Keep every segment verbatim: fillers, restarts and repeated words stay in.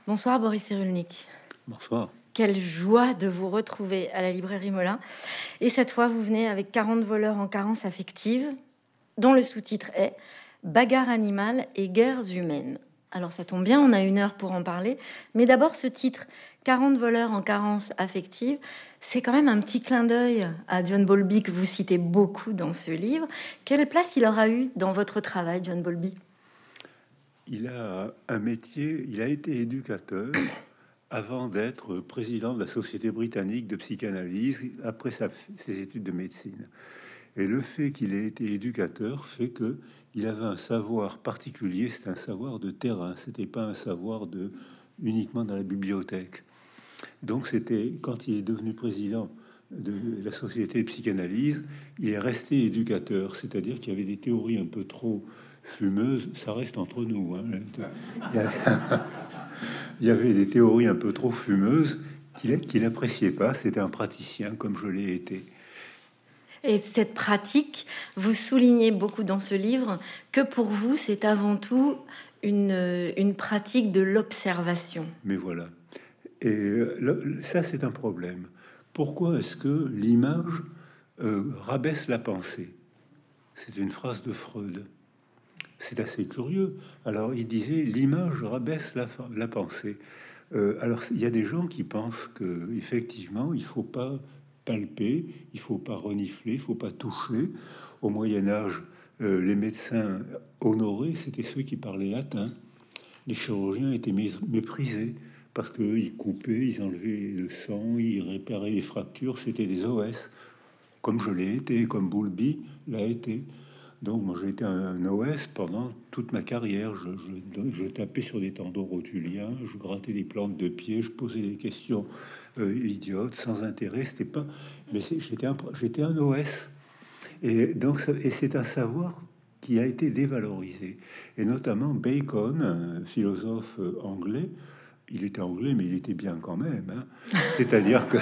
Bonsoir Boris Cyrulnik. Bonsoir. Quelle joie de vous retrouver à la librairie Molin. Et cette fois, vous venez avec quarante voleurs en carence affective, dont le sous-titre est Bagarre animale et guerres humaines. Alors ça tombe bien, on a une heure pour en parler. Mais d'abord, ce titre, quarante voleurs en carence affective, c'est quand même un petit clin d'œil à John Bowlby que vous citez beaucoup dans ce livre. Quelle place il aura eu dans votre travail, John Bowlby? Il a un métier, il a été éducateur avant d'être président de la Société britannique de psychanalyse après sa, ses études de médecine. Et le fait qu'il ait été éducateur fait que il avait un savoir particulier, c'est un savoir de terrain, c'était pas un savoir de uniquement dans la bibliothèque. Donc c'était quand il est devenu président de la Société de psychanalyse, il est resté éducateur, c'est-à-dire qu'il y avait des théories un peu trop fumeuses, ça reste entre nous, hein. Il y avait, il y avait des théories un peu trop fumeuses qu'il qu'il n'appréciait pas. C'était un praticien comme je l'ai été. Et cette pratique, vous soulignez beaucoup dans ce livre que pour vous, c'est avant tout une, une pratique de l'observation. Mais voilà. Et le, ça, c'est un problème. Pourquoi est-ce que l'image euh, rabaisse la pensée? C'est une phrase de Freud. C'est assez curieux. Alors, il disait l'image rabaisse la, la pensée. Euh, alors, il y a des gens qui pensent que effectivement, il faut pas palper, il faut pas renifler, il faut pas toucher. Au Moyen Âge, euh, les médecins honorés, c'était ceux qui parlaient latin. Les chirurgiens étaient méprisés parce qu'ils coupaient, ils enlevaient le sang, ils réparaient les fractures. C'était des O S, comme je l'ai été, comme Bowlby l'a été. Donc, moi, j'ai été un O S pendant toute ma carrière. Je, je, je tapais sur des tendons rotuliens, je grattais des plantes de pied, je posais des questions euh, idiotes, sans intérêt. C'était pas, mais j'étais un, j'étais un O S. Et donc, ça, et c'est un savoir qui a été dévalorisé. Et notamment Bacon, un philosophe anglais. Il était anglais, mais il était bien quand même. Hein. C'est-à-dire que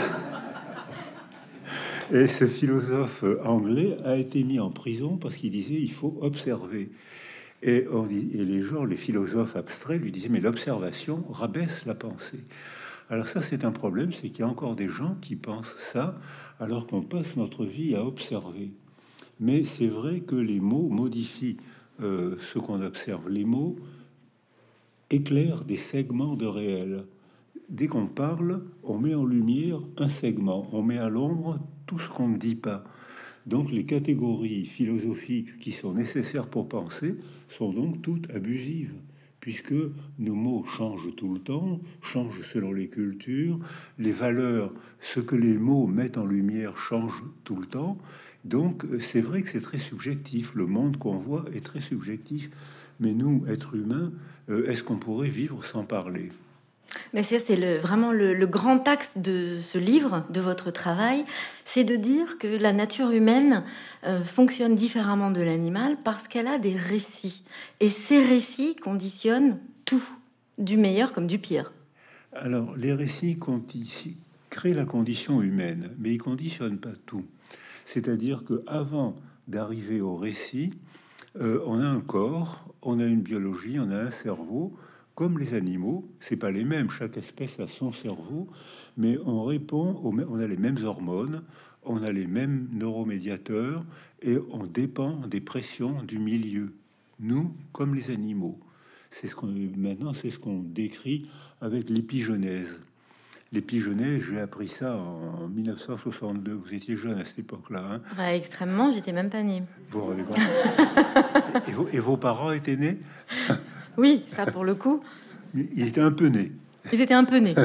Et ce philosophe anglais a été mis en prison parce qu'il disait il faut observer. Et, on dit, et les gens, les philosophes abstraits lui disaient mais l'observation rabaisse la pensée. Alors ça c'est un problème, c'est qu'il y a encore des gens qui pensent ça alors qu'on passe notre vie à observer. Mais c'est vrai que les mots modifient euh, ce qu'on observe. Les mots éclairent des segments de réel. Dès qu'on parle, on met en lumière un segment, on met à l'ombre tout ce qu'on ne dit pas. Donc les catégories philosophiques qui sont nécessaires pour penser sont donc toutes abusives, puisque nos mots changent tout le temps, changent selon les cultures, les valeurs, ce que les mots mettent en lumière change tout le temps. Donc c'est vrai que c'est très subjectif, le monde qu'on voit est très subjectif, mais nous, êtres humains, euh, est-ce qu'on pourrait vivre sans parler? Mais ça, c'est le, vraiment le, le grand axe de ce livre, de votre travail, c'est de dire que la nature humaine euh, fonctionne différemment de l'animal parce qu'elle a des récits. Et ces récits conditionnent tout, du meilleur comme du pire. Alors, les récits créent la condition humaine, mais ils conditionnent pas tout. C'est-à-dire que avant d'arriver au récit, euh, on a un corps, on a une biologie, on a un cerveau. Comme les animaux, c'est pas les mêmes. Chaque espèce a son cerveau, mais on répond, aux, on a les mêmes hormones, on a les mêmes neuromédiateurs et on dépend des pressions du milieu. Nous, comme les animaux, c'est ce qu'on maintenant, c'est ce qu'on décrit avec l'épigenèse. L'épigenèse, j'ai appris ça en mille neuf cent soixante-deux. Vous étiez jeune à cette époque-là, hein? Bah, extrêmement, j'étais même pas née. Vous vous rendez compte? et, vos, et vos parents étaient nés? Oui, ça pour le coup. Ils étaient un peu nés. Ils étaient un peu nés.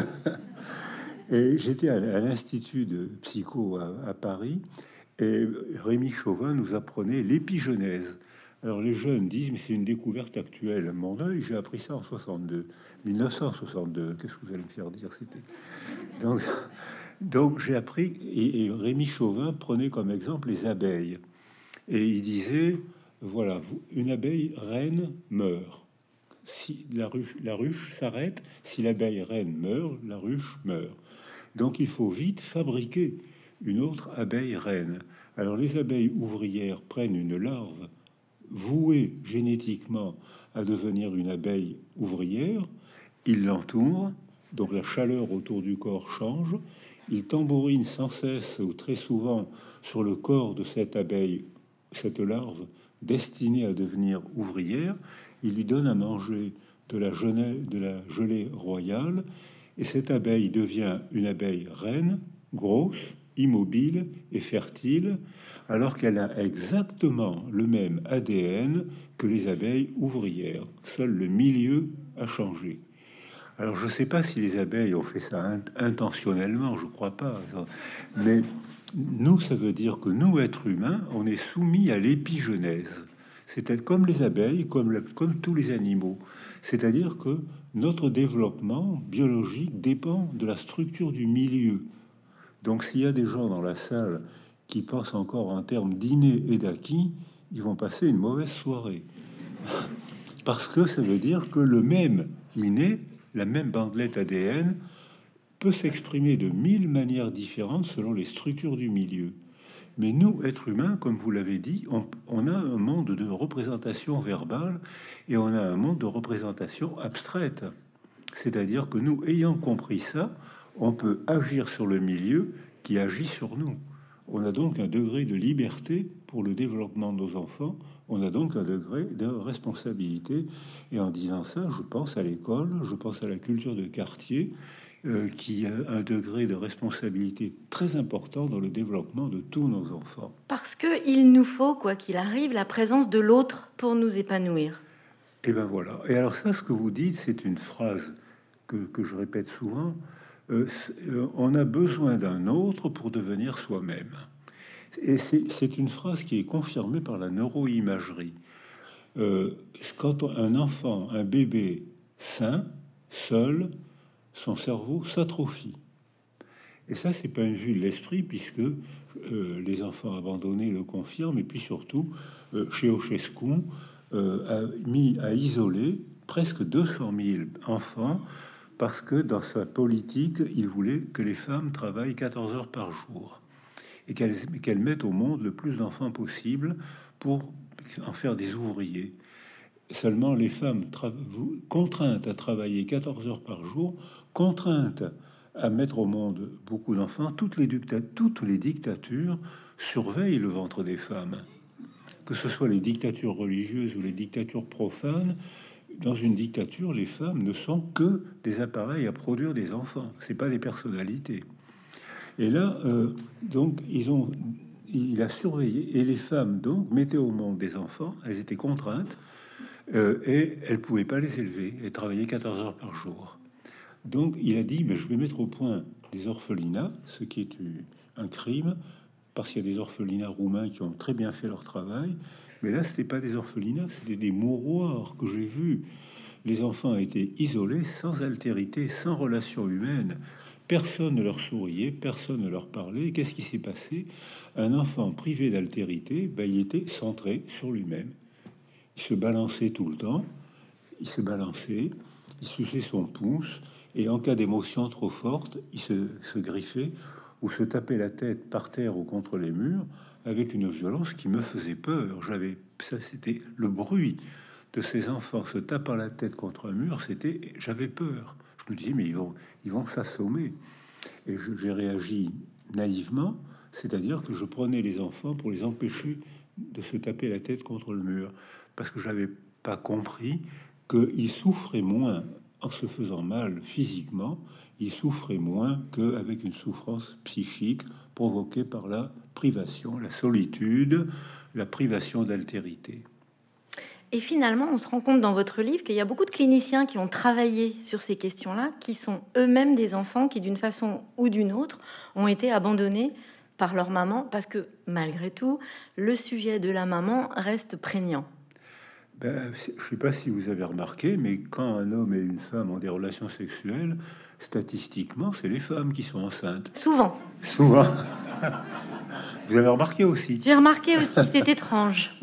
Et j'étais à, à l'Institut de psycho à, à Paris, et Rémi Chauvin nous apprenait l'épigenèse. Alors les jeunes disent, mais c'est une découverte actuelle. À mon œil, j'ai appris ça en soixante-deux, mille neuf cent soixante-deux. Qu'est-ce que vous allez me faire dire? C'était donc, donc j'ai appris, et, et Rémi Chauvin prenait comme exemple les abeilles. Et il disait, voilà, vous, une abeille reine meurt. Si la ruche, la ruche s'arrête, si l'abeille reine meurt, la ruche meurt. Donc il faut vite fabriquer une autre abeille reine. Alors les abeilles ouvrières prennent une larve vouée génétiquement à devenir une abeille ouvrière, il l'entoure, donc la chaleur autour du corps change. Il tambourinent sans cesse ou très souvent sur le corps de cette abeille, cette larve destinée à devenir ouvrière. Il lui donne à manger de la gelée, de la gelée royale, et cette abeille devient une abeille reine, grosse, immobile et fertile, alors qu'elle a exactement le même A D N que les abeilles ouvrières. Seul le milieu a changé. Alors, je ne sais pas si les abeilles ont fait ça intentionnellement, je ne crois pas. Mais nous, ça veut dire que nous, êtres humains, on est soumis à l'épigenèse. C'est comme les abeilles, comme, la, comme tous les animaux. C'est-à-dire que notre développement biologique dépend de la structure du milieu. Donc, s'il y a des gens dans la salle qui pensent encore en termes d'inné et d'acquis, ils vont passer une mauvaise soirée. Parce que ça veut dire que le même inné, la même bandelette A D N, peut s'exprimer de mille manières différentes selon les structures du milieu. Mais nous, êtres humains, comme vous l'avez dit, on, on a un monde de représentation verbale et on a un monde de représentation abstraite. C'est-à-dire que nous, ayant compris ça, on peut agir sur le milieu qui agit sur nous. On a donc un degré de liberté pour le développement de nos enfants. On a donc un degré de responsabilité. Et en disant ça, je pense à l'école, je pense à la culture de quartier, euh, qui a un degré de responsabilité très important dans le développement de tous nos enfants. Parce que il nous faut, quoi qu'il arrive, la présence de l'autre pour nous épanouir. Et ben voilà. Et alors ça, ce que vous dites, c'est une phrase que, que je répète souvent. Euh, euh, on a besoin d'un autre pour devenir soi-même. Et c'est une phrase qui est confirmée par la neuroimagerie. Euh, quand un enfant, un bébé sain, seul, son cerveau s'atrophie. Et ça, c'est pas une vue de l'esprit, puisque euh, les enfants abandonnés le confirment. Et puis surtout, euh, Ceausescu euh, a mis à isoler presque deux cent mille enfants parce que dans sa politique, il voulait que les femmes travaillent quatorze heures par jour et qu'elles qu'elles mettent au monde le plus d'enfants possible pour en faire des ouvriers. Seulement, les femmes contraintes à travailler quatorze heures par jour, contraintes à mettre au monde beaucoup d'enfants, toutes les, toutes les dictatures surveillent le ventre des femmes. Que ce soit les dictatures religieuses ou les dictatures profanes, dans une dictature, les femmes ne sont que des appareils à produire des enfants. C'est pas des personnalités. Et là, euh, donc, ils ont, il a surveillé, et les femmes donc mettaient au monde des enfants. Elles étaient contraintes euh, et elles pouvaient pas les élever et travailler quatorze heures par jour. Donc, il a dit, mais je vais mettre au point des orphelinats, ce qui est un crime, parce qu'il y a des orphelinats roumains qui ont très bien fait leur travail. Mais là, c'était pas des orphelinats, c'était des mouroirs que j'ai vus. Les enfants étaient isolés, sans altérité, sans relation humaine. Personne ne leur souriait, personne ne leur parlait. Qu'est-ce qui s'est passé? Un enfant privé d'altérité, ben, il était centré sur lui-même. Il se balançait tout le temps, il se balançait, il suçait son pouce, et en cas d'émotion trop forte, il se, se griffait ou se tapait la tête par terre ou contre les murs avec une violence qui me faisait peur. J'avais ça, c'était le bruit de ces enfants se tapant la tête contre un mur. C'était, j'avais peur. Je me disais, mais ils vont, ils vont s'assommer. Et j'ai réagi naïvement, c'est-à-dire que je prenais les enfants pour les empêcher de se taper la tête contre le mur, parce que j'avais pas compris qu'ils souffraient moins en se faisant mal physiquement, ils souffraient moins qu'avec une souffrance psychique provoquée par la privation, la solitude, la privation d'altérité. Et finalement, on se rend compte dans votre livre qu'il y a beaucoup de cliniciens qui ont travaillé sur ces questions-là, qui sont eux-mêmes des enfants qui, d'une façon ou d'une autre, ont été abandonnés par leur maman, parce que, malgré tout, le sujet de la maman reste prégnant. Ben, je ne sais pas si vous avez remarqué, mais quand un homme et une femme ont des relations sexuelles, statistiquement, c'est les femmes qui sont enceintes. Souvent. Souvent. Vous avez remarqué aussi. J'ai remarqué aussi, c'est étrange.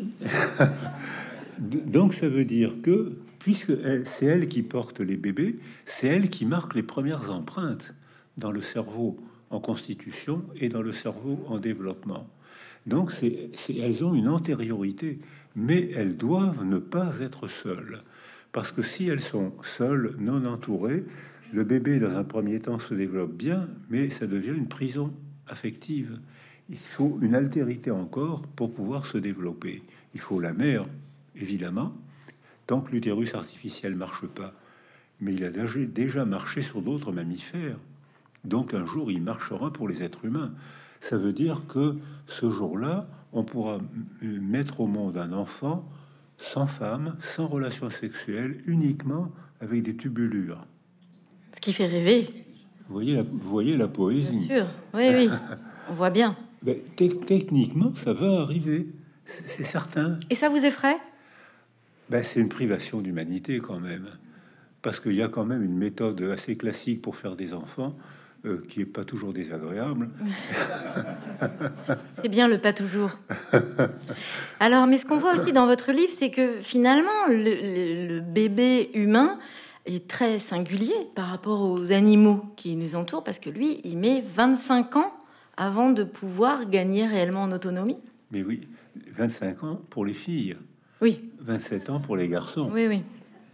Donc ça veut dire que, puisque c'est elle qui porte les bébés, c'est elle qui marque les premières empreintes dans le cerveau en constitution et dans le cerveau en développement. Donc c'est, c'est, elles ont une antériorité, mais elles doivent ne pas être seules. Parce que si elles sont seules, non entourées, le bébé, dans un premier temps, se développe bien, mais ça devient une prison affective. Il faut une altérité encore pour pouvoir se développer. Il faut la mère, évidemment, tant que l'utérus artificiel marche pas. Mais il a déjà marché sur d'autres mammifères. Donc un jour, il marchera pour les êtres humains. Ça veut dire que ce jour-là, on pourra mettre au monde un enfant sans femme, sans relation sexuelle, uniquement avec des tubulures. Ce qui fait rêver. Vous voyez la, vous voyez la poésie. Bien sûr, oui, oui, on voit bien. Ben, te- techniquement, ça va arriver, c'est c'est certain. Et ça vous effraie? Ben, c'est une privation d'humanité quand même, parce qu'il y a quand même une méthode assez classique pour faire des enfants, euh, qui est pas toujours désagréable. C'est bien le pas toujours. Alors, mais ce qu'on voit aussi dans votre livre, c'est que finalement, le, le- le bébé humain est très singulier par rapport aux animaux qui nous entourent, parce que lui, il met vingt-cinq ans avant de pouvoir gagner réellement en autonomie. Mais oui, vingt-cinq ans pour les filles, Oui, vingt-sept ans pour les garçons. oui, oui.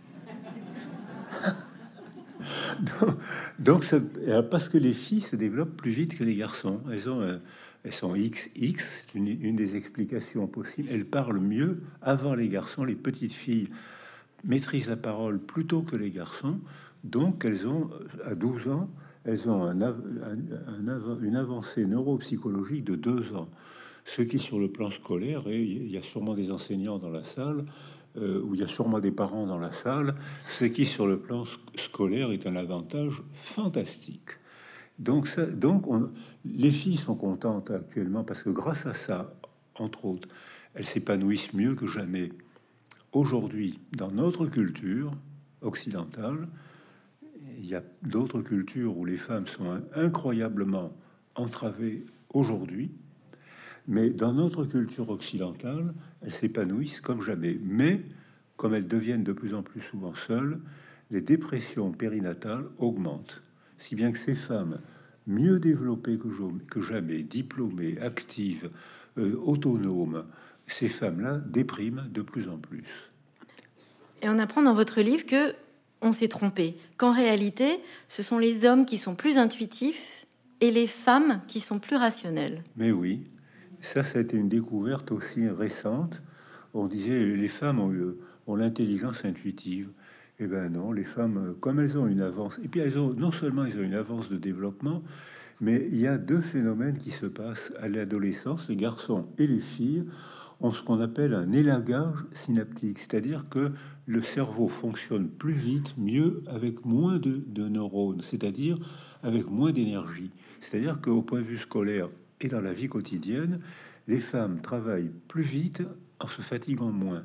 Donc, donc ça- alors, parce que les filles se développent plus vite que les garçons. Elles ont, euh, elles sont X X, c'est une, une des explications possibles. Elles parlent mieux avant les garçons. Les petites filles maîtrisent la parole plus tôt que les garçons. Donc elles ont, à douze ans, elles ont un av- un- un av- une avancée neuropsychologique de deux ans. Ce qui, sur le plan scolaire, et il y a sûrement des enseignants dans la salle, euh, où il y a sûrement des parents dans la salle, ce qui, sur le plan sc- scolaire, est un avantage fantastique. Donc, ça, donc on- les filles sont contentes actuellement parce que grâce à ça, entre autres, elles s'épanouissent mieux que jamais. Aujourd'hui, dans notre culture occidentale, il y a d'autres cultures où les femmes sont incroyablement entravées aujourd'hui, mais dans notre culture occidentale, elles s'épanouissent comme jamais. Mais comme elles deviennent de plus en plus souvent seules, les dépressions périnatales augmentent. Si bien que ces femmes, mieux développées que, jo- que jamais, diplômées, actives, euh, autonomes, ces femmes-là dépriment de plus en plus. Et on apprend dans votre livre que on s'est trompé, qu'en réalité, ce sont les hommes qui sont plus intuitifs et les femmes qui sont plus rationnelles. Mais oui, ça, ça a été une découverte aussi récente. On disait les femmes ont, eu- ont l'intelligence intuitive. Eh ben non, les femmes, euh, comme elles ont une avance, et puis elles ont non seulement elles ont une avance de développement, mais il y a deux phénomènes qui se passent à l'adolescence. Les garçons et les filles ont ce qu'on appelle un élagage synaptique, c'est-à-dire que le cerveau fonctionne plus vite, mieux, avec moins de, de neurones, c'est-à-dire avec moins d'énergie. C'est-à-dire qu'au point de vue scolaire et dans la vie quotidienne, les femmes travaillent plus vite en se fatiguant moins.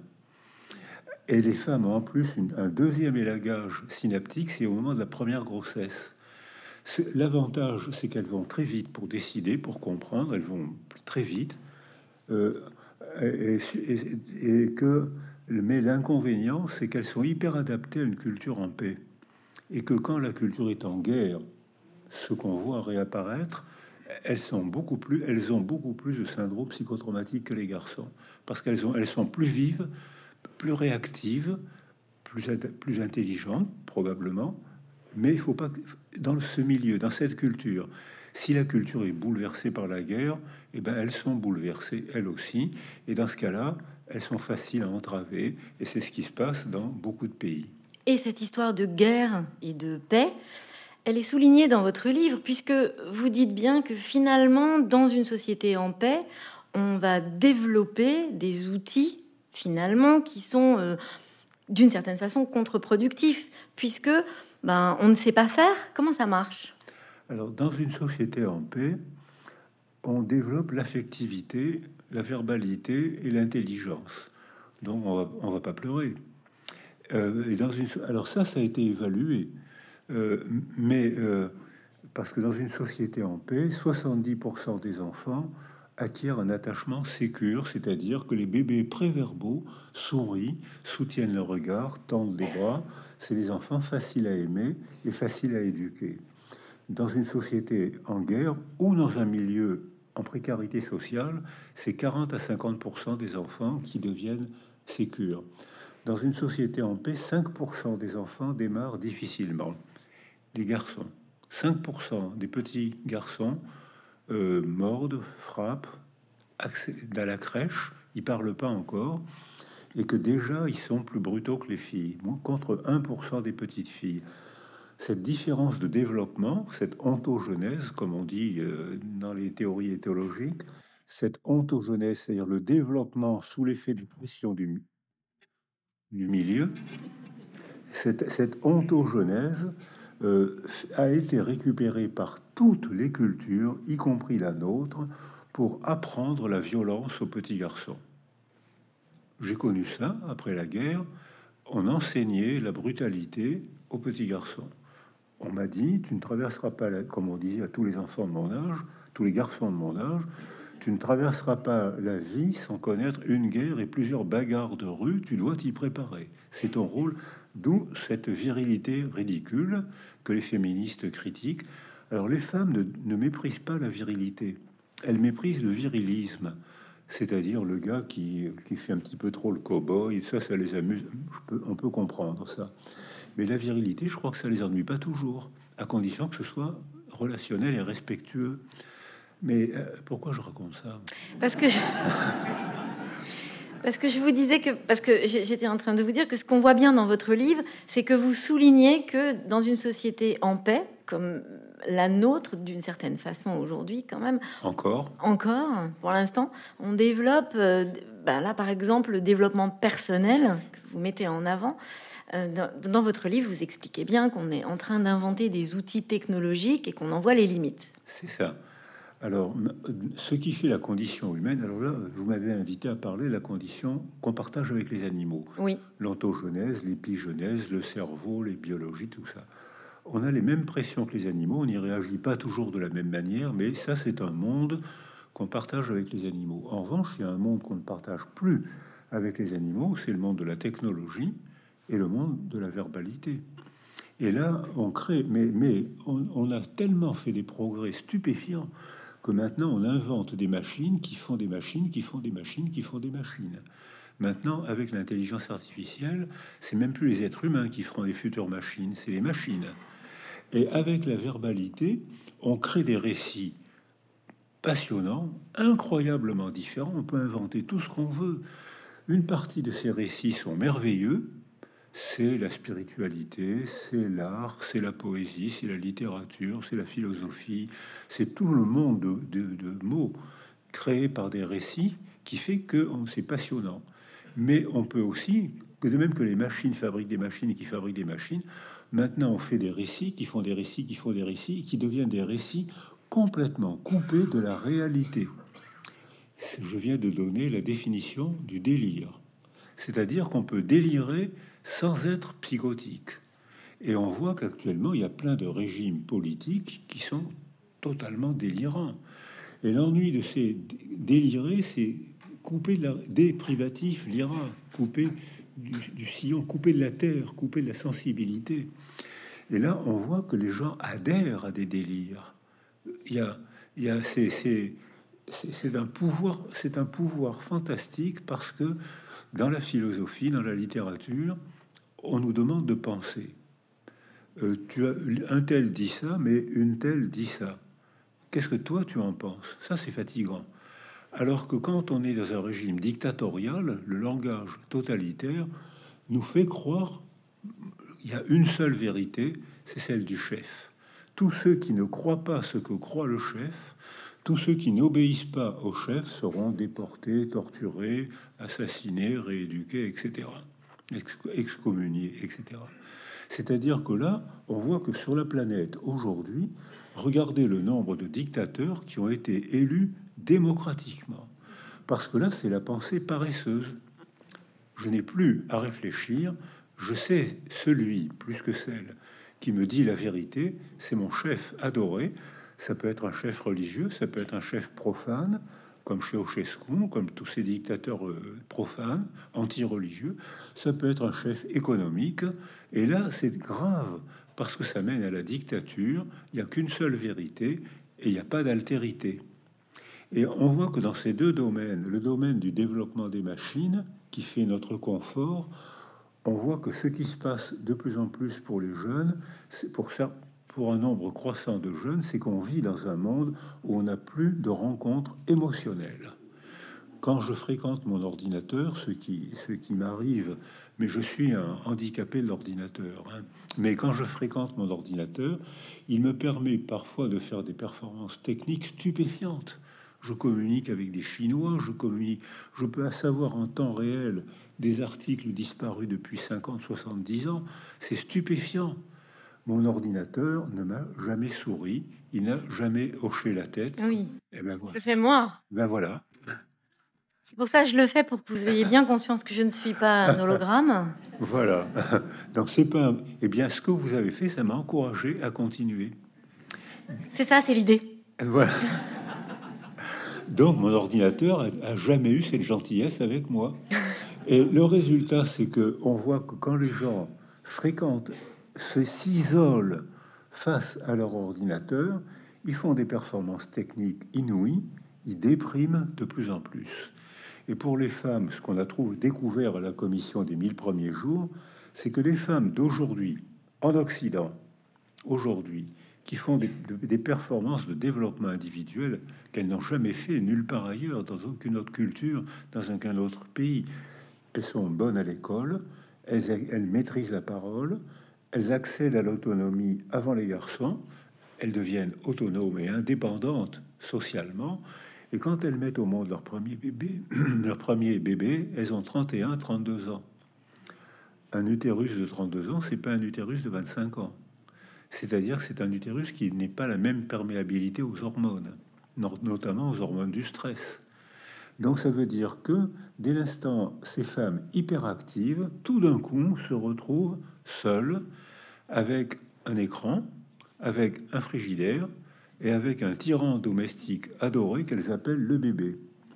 Et les femmes ont en plus une- un deuxième élagage synaptique, c'est au moment de la première grossesse. Ce- L'avantage, c'est qu'elles vont très vite pour décider, pour comprendre, elles vont très vite, euh, et, et- et que, mais l'inconvénient, c'est qu'elles sont hyper adaptées à une culture en paix, et que quand la culture est en guerre, ce qu'on voit réapparaître, elles sont beaucoup plus, elles ont beaucoup plus de syndrome psychotraumatique que les garçons, parce qu'elles ont, elles sont plus vives, plus réactives, plus, plus intelligentes probablement, mais il faut pas que dans ce milieu, dans cette culture, si la culture est bouleversée par la guerre, eh ben elles sont bouleversées elles aussi, et dans ce cas-là, elles sont faciles à entraver, et c'est ce qui se passe dans beaucoup de pays. Et cette histoire de guerre et de paix, elle est soulignée dans votre livre, puisque vous dites bien que finalement, dans une société en paix, on va développer des outils, finalement, qui sont, euh, d'une certaine façon, contre-productifs, puisque ben, on ne sait pas faire. Comment ça marche? Alors, dans une société en paix, on développe l'affectivité, la verbalité et l'intelligence. Donc, on va, on va pas pleurer. Euh, et dans une, alors ça, ça a été évalué. Euh, mais euh, parce que dans une société en paix, soixante-dix pour cent des enfants acquièrent un attachement sécure, c'est-à-dire que les bébés préverbaux sourient, soutiennent le regard, tendent les bras. C'est des enfants faciles à aimer et faciles à éduquer. Dans une société en guerre ou dans un milieu en précarité sociale, c'est quarante à cinquante pour cent des enfants qui deviennent sécures. Dans une société en paix, cinq pour cent des enfants démarrent difficilement. Les garçons, cinq pour cent des petits garçons euh, mordent, frappent, accèdent à la crèche, ils parlent pas encore, et que déjà ils sont plus brutaux que les filles, contre un pour cent des petites filles. Cette différence de développement, cette ontogenèse, comme on dit euh, dans les théories éthologiques, cette ontogenèse, c'est-à-dire le développement sous l'effet de pression du, du milieu, cette, cette ontogenèse euh, a été récupérée par toutes les cultures, y compris la nôtre, pour apprendre la violence aux petits garçons. J'ai connu ça après la guerre. On enseignait la brutalité aux petits garçons. On m'a dit, tu ne traverseras pas, la, comme on disait à tous les enfants de mon âge, tous les garçons de mon âge, tu ne traverseras pas la vie sans connaître une guerre et plusieurs bagarres de rue, tu dois t'y préparer. C'est ton rôle, d'où cette virilité ridicule que les féministes critiquent. Alors les femmes ne, ne méprisent pas la virilité, elles méprisent le virilisme, c'est-à-dire le gars qui, qui fait un petit peu trop le cow-boy, ça, ça les amuse, je peux, on peut comprendre ça. Mais la virilité, je crois que ça les ennuie pas toujours, à condition que ce soit relationnel et respectueux. Mais euh, pourquoi je raconte ça? Parce que je... parce que je vous disais que parce que j'étais en train de vous dire que ce qu'on voit bien dans votre livre, c'est que vous soulignez que dans une société en paix, comme la nôtre, d'une certaine façon aujourd'hui, quand même, encore, encore, pour l'instant, on développe, euh, ben là par exemple, le développement personnel que vous mettez en avant. Dans, dans votre livre, vous expliquez bien qu'on est en train d'inventer des outils technologiques et qu'on en voit les limites. C'est ça. Alors, ce qui fait la condition humaine, alors là, vous m'avez invité à parler de la condition qu'on partage avec les animaux. Oui. L'ontogenèse, l'épigenèse, le cerveau, les biologies, tout ça. On a les mêmes pressions que les animaux, on n'y réagit pas toujours de la même manière, mais ça, c'est un monde qu'on partage avec les animaux. En revanche, il y a un monde qu'on ne partage plus avec les animaux, c'est le monde de la technologie et le monde de la verbalité. Et là, on crée, mais, mais on, on a tellement fait des progrès stupéfiants que maintenant on invente des machines qui font des machines, qui font des machines, qui font des machines. Maintenant, avec l'intelligence artificielle, c'est même plus les êtres humains qui feront les futures machines, c'est les machines. Et avec la verbalité, on crée des récits passionnants, incroyablement différents. On peut inventer tout ce qu'on veut. Une partie de ces récits sont merveilleux. C'est la spiritualité, c'est l'art, c'est la poésie, c'est la littérature, c'est la philosophie, c'est tout le monde de, de, de mots créés par des récits qui fait que c'est passionnant. Mais on peut aussi, que de même que les machines fabriquent des machines et qui fabriquent des machines, maintenant on fait des récits qui font des récits qui font des récits qui deviennent des récits complètement coupés de la réalité. Je viens de donner la définition du délire. C'est-à-dire qu'on peut délirer sans être psychotique. Et on voit qu'actuellement, il y a plein de régimes politiques qui sont totalement délirants. Et l'ennui de ces délirés, c'est couper de la, des privatifs, l'Ira, couper du, du sillon, couper de la terre, couper de la sensibilité. Et là, on voit que les gens adhèrent à des délires. Il y a, il y a c'est, c'est, c'est, c'est un pouvoir, c'est un pouvoir fantastique parce que dans la philosophie, dans la littérature, on nous demande de penser. Euh, tu as un tel dit ça, mais une telle dit ça. Qu'est-ce que toi tu en penses? Ça, c'est fatigant. Alors que quand on est dans un régime dictatorial, le langage totalitaire nous fait croire il y a une seule vérité, c'est celle du chef. Tous ceux qui ne croient pas ce que croit le chef, tous ceux qui n'obéissent pas au chef seront déportés, torturés, assassinés, rééduqués, et cetera, excommuniés, et cetera. C'est-à-dire que là, on voit que sur la planète aujourd'hui, regardez le nombre de dictateurs qui ont été élus démocratiquement. Parce que là, c'est la pensée paresseuse. Je n'ai plus à réfléchir. Je sais celui, plus que celle, qui me dit la vérité. C'est mon chef adoré. Ça peut être un chef religieux, ça peut être un chef profane, comme Ceausescu, comme tous ces dictateurs euh, profanes, anti-religieux. Ça peut être un chef économique. Et là, c'est grave, parce que ça mène à la dictature. Il n'y a qu'une seule vérité, et il n'y a pas d'altérité. Et on voit que dans ces deux domaines, le domaine du développement des machines, qui fait notre confort, on voit que ce qui se passe de plus en plus pour les jeunes, c'est pour ça, pour un nombre croissant de jeunes, c'est qu'on vit dans un monde où on n'a plus de rencontres émotionnelles. Quand je fréquente mon ordinateur, ce qui, ce qui m'arrive, mais je suis un handicapé de l'ordinateur, hein, mais quand je fréquente mon ordinateur, il me permet parfois de faire des performances techniques stupéfiantes. Je communique avec des Chinois, je communique, je peux savoir en temps réel des articles disparus depuis cinquante, soixante-dix ans. C'est stupéfiant. Mon ordinateur ne m'a jamais souri, il n'a jamais hoché la tête. Oui, Et ben je voilà. le fais moi. Ben voilà. C'est pour ça que je le fais, pour que vous ayez bien conscience que je ne suis pas un hologramme. Voilà. Donc c'est pas. Un... Eh bien, ce que vous avez fait, ça m'a encouragé à continuer. C'est ça, c'est l'idée. Voilà. Donc mon ordinateur a, a jamais eu cette gentillesse avec moi. Et le résultat, c'est que on voit que quand les gens fréquentent, se s'isolent face à leur ordinateur, ils font des performances techniques inouïes, ils dépriment de plus en plus. Et pour les femmes, ce qu'on a trouvé découvert à la commission des mille premiers jours, c'est que les femmes d'aujourd'hui, en Occident, aujourd'hui, qui font des, des performances de développement individuel qu'elles n'ont jamais fait nulle part ailleurs, dans aucune autre culture, dans aucun autre pays. Elles sont bonnes à l'école, elles, elles maîtrisent la parole, elles accèdent à l'autonomie avant les garçons, elles deviennent autonomes et indépendantes socialement, et quand elles mettent au monde leur premier bébé, leur premier bébé, elles ont trente et un, trente-deux ans. Un utérus de trente-deux ans, c'est pas un utérus de vingt-cinq ans. C'est-à-dire que c'est un utérus qui n'est pas la même perméabilité aux hormones, notamment aux hormones du stress. Donc ça veut dire que dès l'instant, ces femmes hyperactives, tout d'un coup, se retrouvent seules avec un écran, avec un frigidaire et avec un tyran domestique adoré qu'elles appellent le bébé.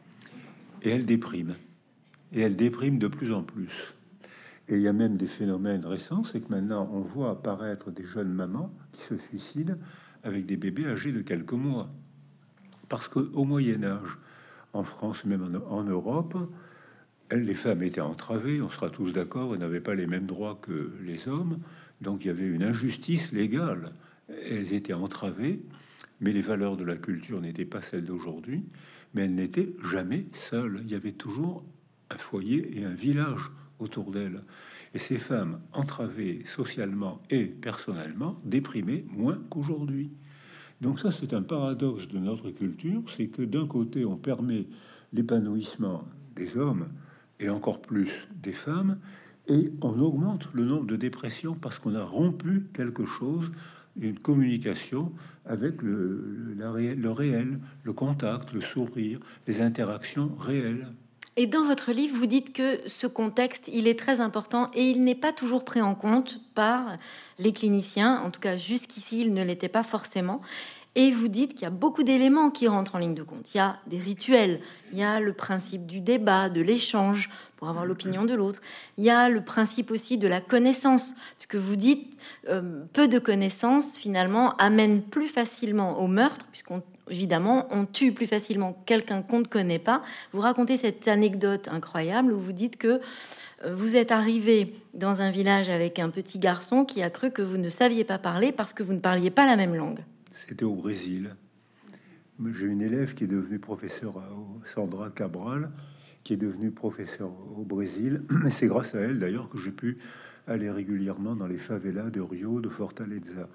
Et elles dépriment. Et elles dépriment de plus en plus. Et il y a même des phénomènes récents, c'est que maintenant on voit apparaître des jeunes mamans qui se suicident avec des bébés âgés de quelques mois. Parce qu'au Moyen-Âge, en France, même en, en Europe, elles, les femmes étaient entravées, on sera tous d'accord, elles n'avaient pas les mêmes droits que les hommes, donc il y avait une injustice légale. Elles étaient entravées, mais les valeurs de la culture n'étaient pas celles d'aujourd'hui, mais elles n'étaient jamais seules. Il y avait toujours un foyer et un village autour d'elles. Et ces femmes entravées socialement et personnellement, déprimées moins qu'aujourd'hui. Donc ça, c'est un paradoxe de notre culture, c'est que d'un côté, on permet l'épanouissement des hommes et encore plus des femmes, et on augmente le nombre de dépressions parce qu'on a rompu quelque chose, une communication avec le, la réel, le réel, le contact, le sourire, les interactions réelles. Et dans votre livre, vous dites que ce contexte, il est très important et il n'est pas toujours pris en compte par les cliniciens. En tout cas, jusqu'ici, il ne l'était pas forcément. Et vous dites qu'il y a beaucoup d'éléments qui rentrent en ligne de compte. Il y a des rituels, il y a le principe du débat, de l'échange pour avoir l'opinion de l'autre. Il y a le principe aussi de la connaissance, puisque vous dites euh, peu de connaissances finalement amènent plus facilement au meurtre, puisqu'on évidemment on tue plus facilement quelqu'un qu'on ne connaît pas. Vous racontez cette anecdote incroyable où vous dites que euh, vous êtes arrivé dans un village avec un petit garçon qui a cru que vous ne saviez pas parler parce que vous ne parliez pas la même langue. C'était au Brésil. J'ai une élève qui est devenue professeure, Sandra Cabral, qui est devenue professeure au Brésil. Et c'est grâce à elle, d'ailleurs, que j'ai pu aller régulièrement dans les favelas de Rio, de Fortaleza.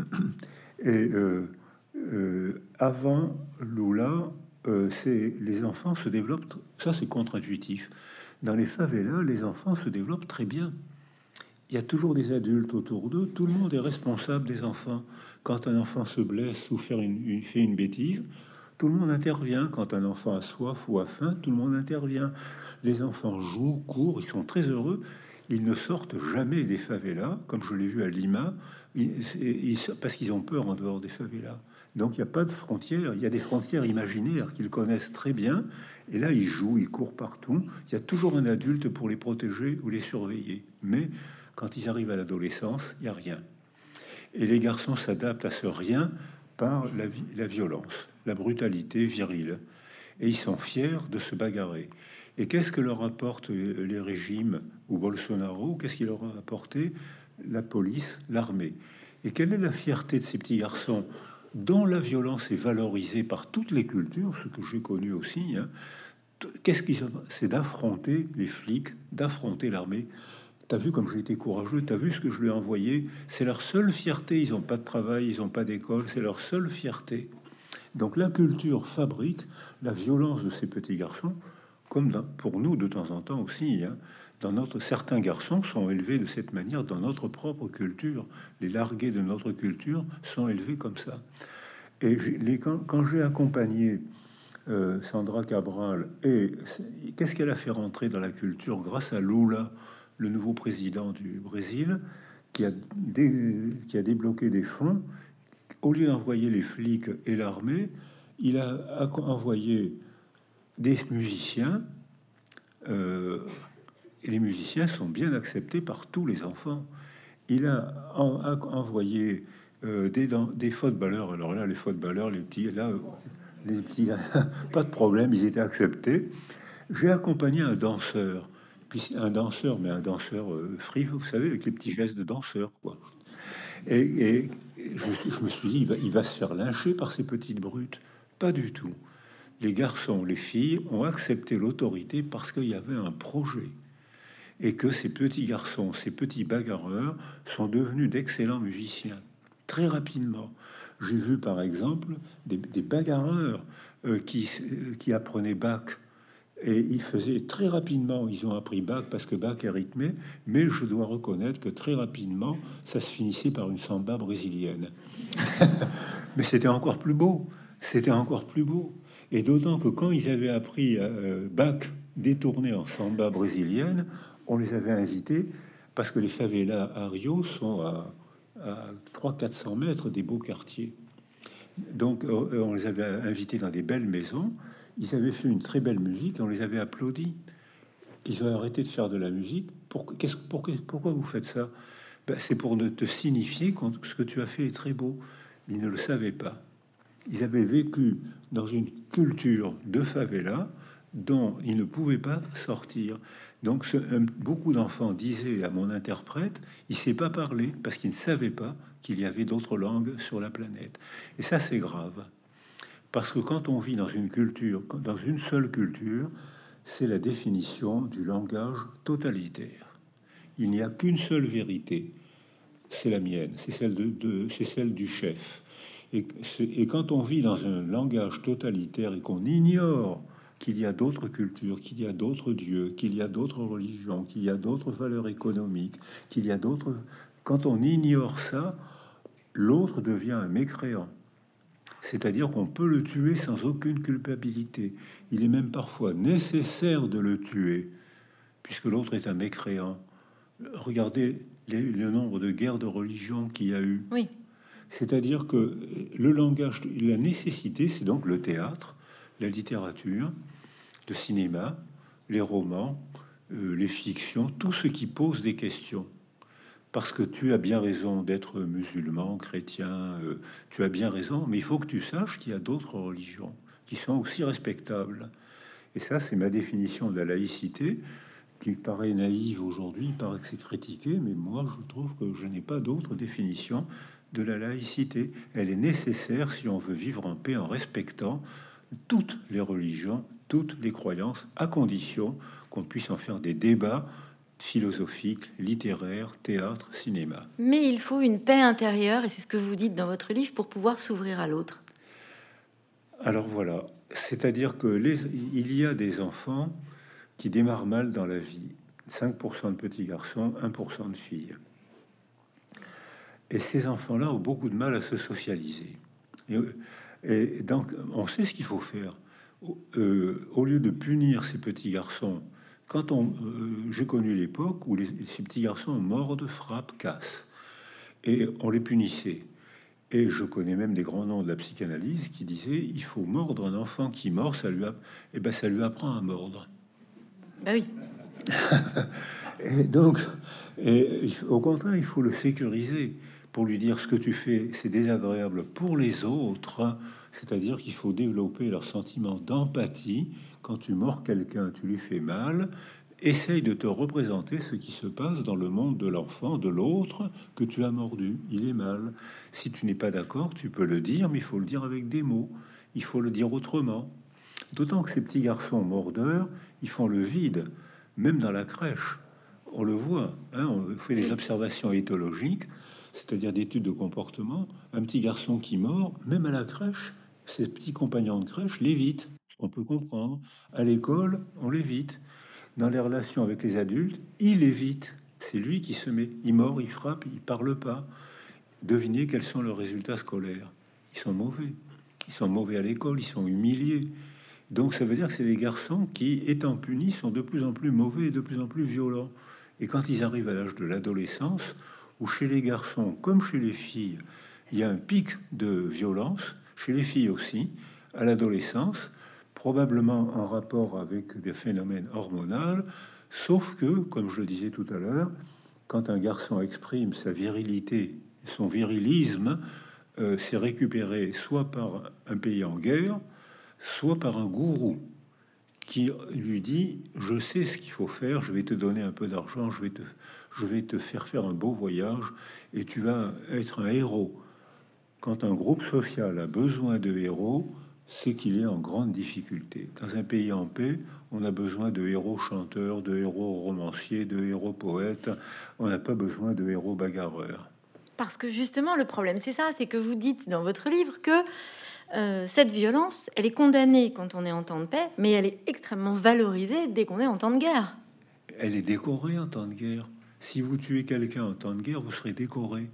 Et euh, euh, avant Lula, euh, c'est les enfants se développent. Ça, c'est contre-intuitif. Dans les favelas, les enfants se développent très bien. Il y a toujours des adultes autour d'eux. Tout le monde est responsable des enfants. Quand un enfant se blesse ou fait une, une, fait une bêtise, tout le monde intervient. Quand un enfant a soif ou a faim, tout le monde intervient. Les enfants jouent, courent, ils sont très heureux. Ils ne sortent jamais des favelas, comme je l'ai vu à Lima, ils, ils, parce qu'ils ont peur en dehors des favelas. Donc il n'y a pas de frontières. Il y a des frontières imaginaires qu'ils connaissent très bien. Et là, ils jouent, ils courent partout. Il y a toujours un adulte pour les protéger ou les surveiller. Mais quand ils arrivent à l'adolescence, il n'y a rien. Et les garçons s'adaptent à ce rien par la, la violence, la brutalité virile. Et ils sont fiers de se bagarrer. Et qu'est-ce que leur apportent les régimes ou Bolsonaro? Qu'est-ce qu'il leur a apporté? La police, l'armée. Et quelle est la fierté de ces petits garçons dont la violence est valorisée par toutes les cultures, ce que j'ai connu aussi, hein? Qu'est-ce qu'ils ont? C'est d'affronter les flics, d'affronter l'armée. T'as vu comme j'ai été courageux, t'as vu ce que je lui ai envoyé. C'est leur seule fierté. Ils n'ont pas de travail, ils n'ont pas d'école, c'est leur seule fierté. Donc la culture fabrique la violence de ces petits garçons, comme dans, pour nous de temps en temps aussi, hein. Dans notre, certains garçons sont élevés de cette manière dans notre propre culture. Les largués de notre culture sont élevés comme ça. Et les, quand, quand j'ai accompagné euh, Sandra Cabral, et qu'est-ce qu'elle a fait rentrer dans la culture grâce à Lula, le nouveau président du Brésil, qui a, dé, qui a débloqué des fonds. Au lieu d'envoyer les flics et l'armée, il a envoyé des musiciens. Euh, et les musiciens sont bien acceptés par tous les enfants. Il a, en, a envoyé euh, des, des footballeurs. Alors là, les footballeurs, les petits, là, les petits, pas de problème, ils étaient acceptés. J'ai accompagné un danseur, puis un danseur, mais un danseur euh, free, vous savez, avec les petits gestes de danseur, quoi. Et, et je, me suis, je me suis dit, il va, il va se faire lyncher par ces petites brutes. Pas du tout. Les garçons, les filles ont accepté l'autorité parce qu'il y avait un projet. Et que ces petits garçons, ces petits bagarreurs sont devenus d'excellents musiciens très rapidement. J'ai vu par exemple des, des bagarreurs euh, qui, euh, qui apprenaient Bach. Et ils faisaient très rapidement, ils ont appris Bach parce que Bach est rythmé, mais je dois reconnaître que très rapidement, ça se finissait par une samba brésilienne. Mais c'était encore plus beau, c'était encore plus beau. Et d'autant que quand ils avaient appris euh, Bach détourné en samba brésilienne, on les avait invités, parce que les favelas à Rio sont à, à trois cents à quatre cents mètres des beaux quartiers. Donc euh, on les avait invités dans des belles maisons. Ils avaient fait une très belle musique, on les avait applaudis. Ils ont arrêté de faire de la musique. Pour, qu'est-ce, pour, pourquoi vous faites ça? Ben, c'est pour ne te signifier que ce que tu as fait est très beau. Ils ne le savaient pas. Ils avaient vécu dans une culture de favela dont ils ne pouvaient pas sortir. Donc ce, un, beaucoup d'enfants disaient à mon interprète, il ne sait pas parler parce qu'il ne savait pas qu'il y avait d'autres langues sur la planète. Et ça, c'est grave. Parce que quand on vit dans une culture, dans une seule culture, c'est la définition du langage totalitaire. Il n'y a qu'une seule vérité, c'est la mienne, c'est celle, de, de, c'est celle du chef. Et, et quand on vit dans un langage totalitaire et qu'on ignore qu'il y a d'autres cultures, qu'il y a d'autres dieux, qu'il y a d'autres religions, qu'il y a d'autres valeurs économiques, qu'il y a d'autres... Quand on ignore ça, l'autre devient un mécréant. C'est-à-dire qu'on peut le tuer sans aucune culpabilité. Il est même parfois nécessaire de le tuer, puisque l'autre est un mécréant. Regardez les, le nombre de guerres de religion qu'il y a eu. Oui. C'est-à-dire que le langage, la nécessité, c'est donc le théâtre, la littérature, le cinéma, les romans, euh, les fictions, tout ce qui pose des questions. Parce que tu as bien raison d'être musulman, chrétien, euh, tu as bien raison, mais il faut que tu saches qu'il y a d'autres religions qui sont aussi respectables. Et ça, c'est ma définition de la laïcité, qui paraît naïve aujourd'hui, il paraît que c'est critiqué, mais moi, je trouve que je n'ai pas d'autre définition de la laïcité. Elle est nécessaire si on veut vivre en paix en respectant toutes les religions, toutes les croyances, à condition qu'on puisse en faire des débats philosophiques, littéraires, théâtre, cinéma. Mais il faut une paix intérieure, et c'est ce que vous dites dans votre livre, pour pouvoir s'ouvrir à l'autre. Alors voilà, c'est-à-dire que les, il y a des enfants qui démarrent mal dans la vie. cinq pour cent de petits garçons, un pour cent de filles. Et ces enfants-là ont beaucoup de mal à se socialiser. Et, et donc, on sait ce qu'il faut faire. Euh, au lieu de punir ces petits garçons, quand on, euh, j'ai connu l'époque où les, ces petits garçons mordent, frappent, cassent, et on les punissait. Et je connais même des grands noms de la psychanalyse qui disaient il faut mordre un enfant qui mord, ça lui, a, et ben ça lui apprend à mordre. Ben oui. Et donc, et, au contraire, il faut le sécuriser. pour lui dire ce que tu fais, c'est désagréable pour les autres, c'est-à-dire qu'il faut développer leur sentiment d'empathie. Quand tu mords quelqu'un, tu lui fais mal. Essaye de te représenter ce qui se passe dans le monde de l'enfant, de l'autre que tu as mordu. Il est mal. Si tu n'es pas d'accord, tu peux le dire, mais il faut le dire avec des mots. Il faut le dire autrement. D'autant que ces petits garçons mordeurs, ils font le vide, même dans la crèche. On le voit, hein, on fait des observations éthologiques, c'est-à-dire d'études de comportement. Un petit garçon qui mord, même à la crèche, ses petits compagnons de crèche l'évitent. On peut comprendre. À l'école, on l'évite. Dans les relations avec les adultes, il évite. C'est lui qui se met. Il mord, il frappe, il parle pas. Devinez quels sont leurs résultats scolaires. Ils sont mauvais. Ils sont mauvais à l'école, ils sont humiliés. Donc ça veut dire que c'est des garçons qui, étant punis, sont de plus en plus mauvais et de plus en plus violents. Et quand ils arrivent à l'âge de l'adolescence, où chez les garçons comme chez les filles, il y a un pic de violence, chez les filles aussi, à l'adolescence, probablement en rapport avec des phénomènes hormonaux, sauf que, comme je le disais tout à l'heure, quand un garçon exprime sa virilité, son virilisme, euh, c'est récupéré soit par un pays en guerre, soit par un gourou qui lui dit je sais ce qu'il faut faire, je vais te donner un peu d'argent, je vais te je vais te faire faire un beau voyage et tu vas être un héros. Quand un groupe social a besoin de héros, c'est qu'il est en grande difficulté. Dans un pays en paix, on a besoin de héros chanteurs, de héros romanciers, de héros poètes. On n'a pas besoin de héros bagarreurs. Parce que justement, le problème, c'est ça, c'est que vous dites dans votre livre que Euh, cette violence, elle est condamnée quand on est en temps de paix, mais elle est extrêmement valorisée dès qu'on est en temps de guerre. Elle est décorée en temps de guerre. Si vous tuez quelqu'un en temps de guerre, vous serez décoré.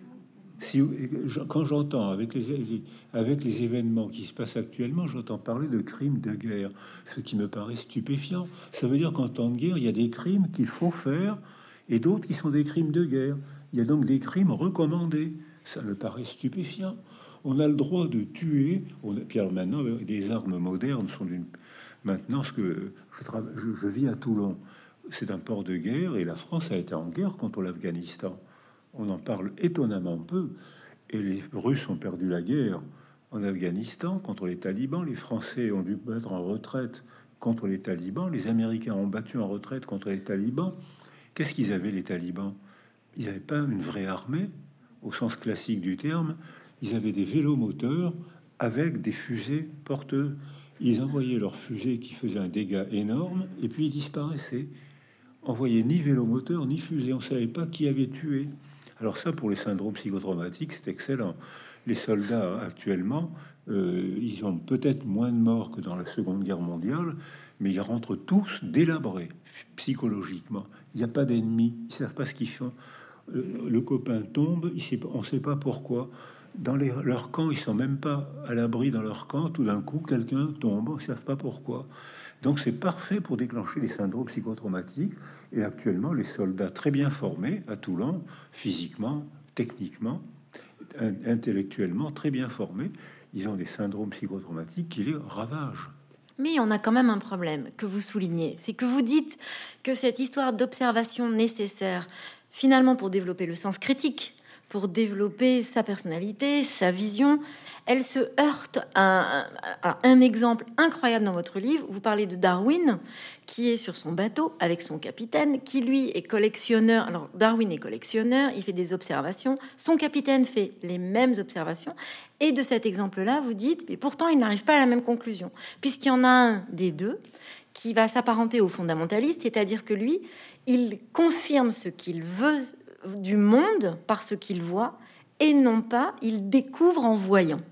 Si, quand j'entends avec les, avec les événements qui se passent actuellement, j'entends parler de crimes de guerre, ce qui me paraît stupéfiant. Ça veut dire qu'en temps de guerre, il y a des crimes qu'il faut faire et d'autres qui sont des crimes de guerre. Il y a donc des crimes recommandés. Ça me paraît stupéfiant. On a le droit de tuer. On a, puis alors maintenant, des armes modernes sont d'une. Maintenant, ce que je, je, je vis à Toulon, c'est un port de guerre et la France a été en guerre contre l'Afghanistan. On en parle étonnamment peu. Et les Russes ont perdu la guerre en Afghanistan contre les talibans. Les Français ont dû battre en retraite contre les talibans. Les Américains ont battu en retraite contre les talibans. Qu'est-ce qu'ils avaient, les talibans? Ils n'avaient pas une vraie armée, au sens classique du terme. Ils avaient des vélomoteurs avec des fusées porteuses. Ils envoyaient leurs fusées qui faisaient un dégât énorme et puis ils disparaissaient. On voyait ni vélomoteur ni fusée. On ne savait pas qui avait tué. Alors ça, pour les syndromes psychotraumatiques, c'est excellent. Les soldats actuellement, euh, ils ont peut-être moins de morts que dans la Seconde Guerre mondiale, mais ils rentrent tous délabrés psychologiquement. Il n'y a pas d'ennemis. Ils savent pas ce qu'ils font. Le, le copain tombe, il sait pas, on ne sait pas pourquoi. Dans les, leur camp, ils sont même pas à l'abri dans leur camp. Tout d'un coup, quelqu'un tombe, ils savent pas pourquoi. Donc c'est parfait pour déclencher les syndromes psychotraumatiques. Et actuellement, les soldats très bien formés à Toulon, physiquement, techniquement, intellectuellement très bien formés, ils ont des syndromes psychotraumatiques qui les ravagent. Mais on a quand même un problème que vous soulignez, c'est que vous dites que cette histoire d'observation nécessaire, finalement pour développer le sens critique, pour développer sa personnalité, sa vision, elle se heurte à, à, à un exemple incroyable dans votre livre. Vous parlez de Darwin, qui est sur son bateau avec son capitaine, qui lui est collectionneur. Alors Darwin est collectionneur, il fait des observations. Son capitaine fait les mêmes observations. Et de cet exemple-là, vous dites, mais pourtant il n'arrive pas à la même conclusion, puisqu'il y en a un des deux qui va s'apparenter au fondamentaliste, c'est-à-dire que lui, il confirme ce qu'il veut du monde par ce qu'il voit et non pas il découvre en voyant.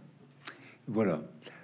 Voilà,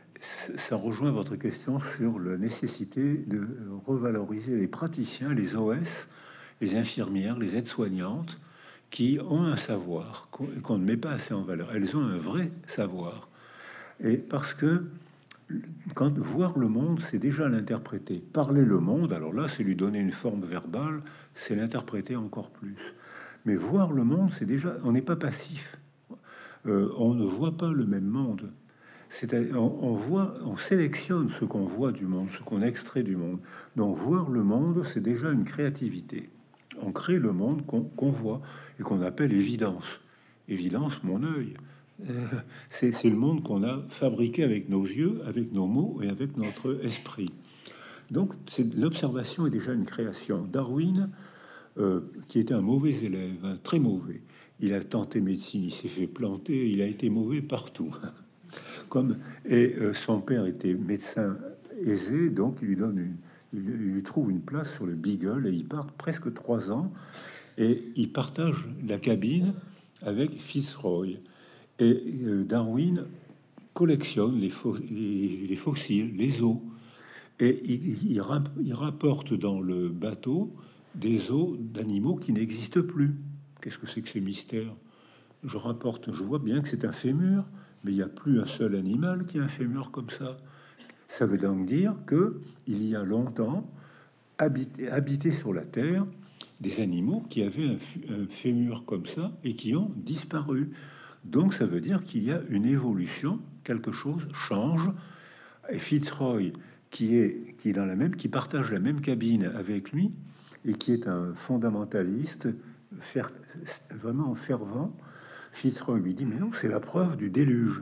ça rejoint votre question sur la nécessité de revaloriser les praticiens, les O S, les infirmières, les aides-soignantes qui ont un savoir qu'on ne met pas assez en valeur. Elles ont un vrai savoir. Et parce que quand voir le monde, c'est déjà l'interpréter. Parler le monde, alors là, c'est lui donner une forme verbale, c'est l'interpréter encore plus. Mais voir le monde, c'est déjà... On n'est pas passif. Euh, on ne voit pas le même monde. C'est, on, on voit, on sélectionne ce qu'on voit du monde, ce qu'on extrait du monde. Donc voir le monde, c'est déjà une créativité. On crée le monde qu'on, qu'on voit et qu'on appelle évidence. évidence, mon œil. Euh, c'est, c'est le monde qu'on a fabriqué avec nos yeux, avec nos mots et avec notre esprit. Donc, c'est, l'observation est déjà une création. Darwin, euh, qui était un mauvais élève, un très mauvais, il a tenté médecine, il s'est fait planter, il a été mauvais partout. Comme, et euh, son père était médecin aisé, donc il lui donne une, il, il lui trouve une place sur le Beagle et il part presque trois ans et il partage la cabine avec Fitzroy. Et euh, Darwin collectionne les, fo- les, les fossiles, les os, et il, il, rap- il rapporte dans le bateau des os d'animaux qui n'existent plus. Qu'est-ce que c'est que ce mystère? Je rapporte, je vois bien que c'est un fémur, mais il n'y a plus un seul animal qui a un fémur comme ça. Ça veut donc dire que il y a longtemps habité, habité sur la Terre des animaux qui avaient un, un fémur comme ça et qui ont disparu. Donc ça veut dire qu'il y a une évolution, quelque chose change. Et Fitzroy, qui est, qui est dans la même, qui partage la même cabine avec lui et qui est un fondamentaliste fer, vraiment fervent, Fitzroy lui dit mais non, c'est la preuve du déluge.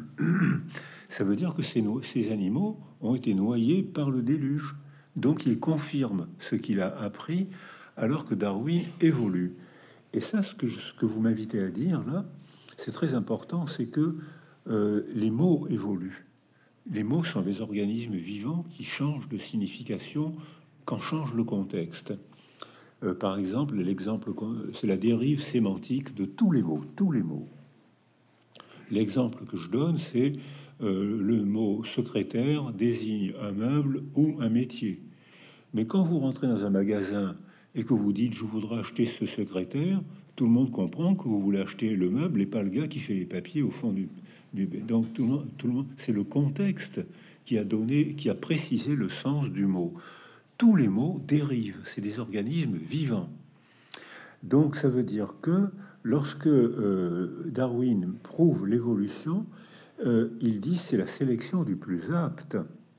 Ça veut dire que ces, no ces animaux ont été noyés par le déluge. Donc il confirme ce qu'il a appris alors que Darwin évolue. Et ça, ce que, je, ce que vous m'invitez à dire là, c'est très important, c'est que euh, les mots évoluent. Les mots sont des organismes vivants qui changent de signification quand change le contexte. Euh, par exemple, l'exemple, c'est la dérive sémantique de tous les mots, tous les mots. L'exemple que je donne, c'est euh, le mot secrétaire désigne un meuble ou un métier. Mais quand vous rentrez dans un magasin et que vous dites je voudrais acheter ce secrétaire, tout le monde comprend que vous voulez acheter le meuble et pas le gars qui fait les papiers au fond du, du... donc tout le monde, tout le monde, c'est le contexte qui a donné, qui a précisé le sens du mot. Tous les mots dérivent, c'est des organismes vivants. Donc ça veut dire que lorsque euh, Darwin prouve l'évolution, euh, il dit c'est la sélection du plus apte.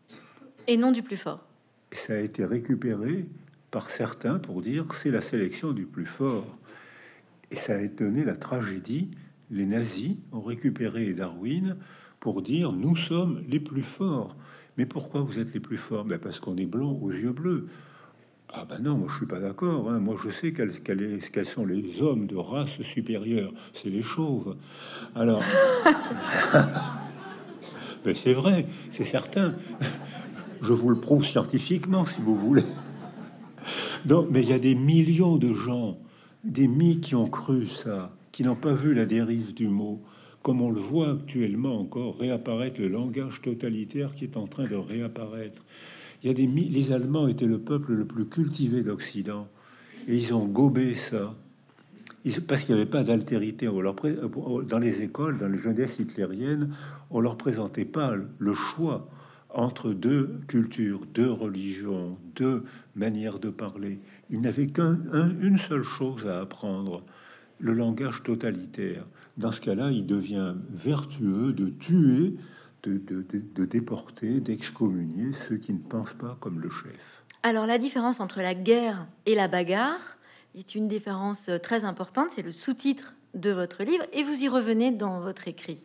Et non du plus fort. Et ça a été récupéré par certains pour dire que c'est la sélection du plus fort. Et ça a étonné la tragédie. Les nazis ont récupéré Darwin pour dire nous sommes les plus forts. Mais pourquoi vous êtes les plus forts? Ben parce qu'on est blond aux yeux bleus. Ah ben non, moi je suis pas d'accord. Hein. Moi je sais quels, quels, quels sont les hommes de race supérieure. C'est les chauves. Alors, ben c'est vrai, c'est certain. Je vous le prouve scientifiquement si vous voulez. Non, mais il y a des millions de gens, des milliers qui ont cru ça, qui n'ont pas vu la dérive du mot, comme on le voit actuellement encore réapparaître le langage totalitaire qui est en train de réapparaître. Il y a des les Allemands étaient le peuple le plus cultivé d'Occident et ils ont gobé ça. Ils, parce qu'il n'y avait pas d'altérité. Dans les écoles, dans les jeunesses hitlériennes, on leur présentait pas le choix entre deux cultures, deux religions, deux manières de parler. Ils n'avaient qu'une seule chose à apprendre, le langage totalitaire. Dans ce cas-là, il devient vertueux de tuer, de, de, de, de déporter, d'excommunier ceux qui ne pensent pas comme le chef. Alors la différence entre la guerre et la bagarre est une différence très importante. C'est le sous-titre de votre livre et vous y revenez dans votre écrit.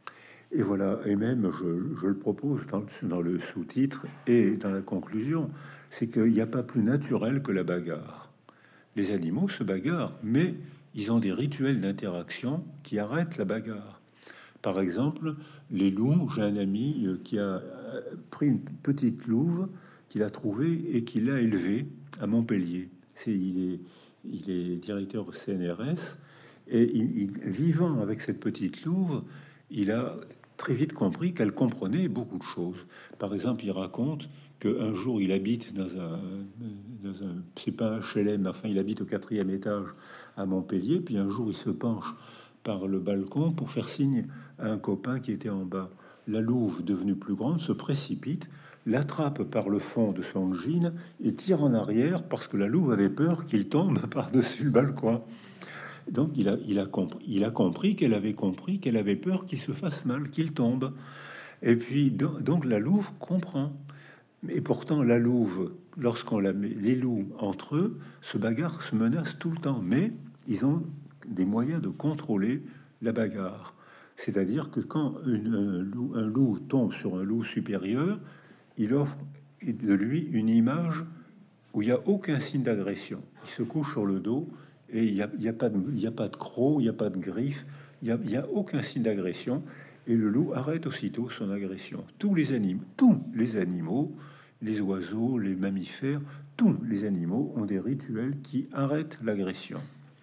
Et voilà, et même je, je le propose dans, dans le sous-titre et dans la conclusion, c'est qu'il n'y a pas plus naturel que la bagarre. Les animaux se bagarrent, mais ils ont des rituels d'interaction qui arrêtent la bagarre. Par exemple, les loups, j'ai un ami qui a pris une petite louve qu'il a trouvée et qu'il a élevée à Montpellier. C'est, il, est, il est directeur au C N R S et il, il, vivant avec cette petite louve, il a très vite compris qu'elle comprenait beaucoup de choses. Par exemple, il raconte qu'un jour, il habite dans un... Dans un c'est pas un H L M, enfin, il habite au quatrième étage à Montpellier, puis un jour, il se penche par le balcon pour faire signe à un copain qui était en bas. La louve, devenue plus grande, se précipite, l'attrape par le fond de son jean et tire en arrière parce que la louve avait peur qu'il tombe par-dessus le balcon. Donc il a, il a compris, il a compris qu'elle avait compris qu'elle avait peur qu'il se fasse mal, qu'il tombe. Et puis donc la louve comprend. Et pourtant la louve, lorsqu'on la met, les loups entre eux se bagarrent, se menacent tout le temps. Mais ils ont des moyens de contrôler la bagarre. C'est-à-dire que quand une, un, loup, un loup tombe sur un loup supérieur, il offre de lui une image où il n'y a aucun signe d'agression. Il se couche sur le dos et il n'y a, il y a pas de, il y a pas de croc, il n'y a pas de griffes, il n'y a, il y a aucun signe d'agression. Et le loup arrête aussitôt son agression. Tous les animaux, tous les animaux, les oiseaux, les mammifères, tous les animaux ont des rituels qui arrêtent l'agression.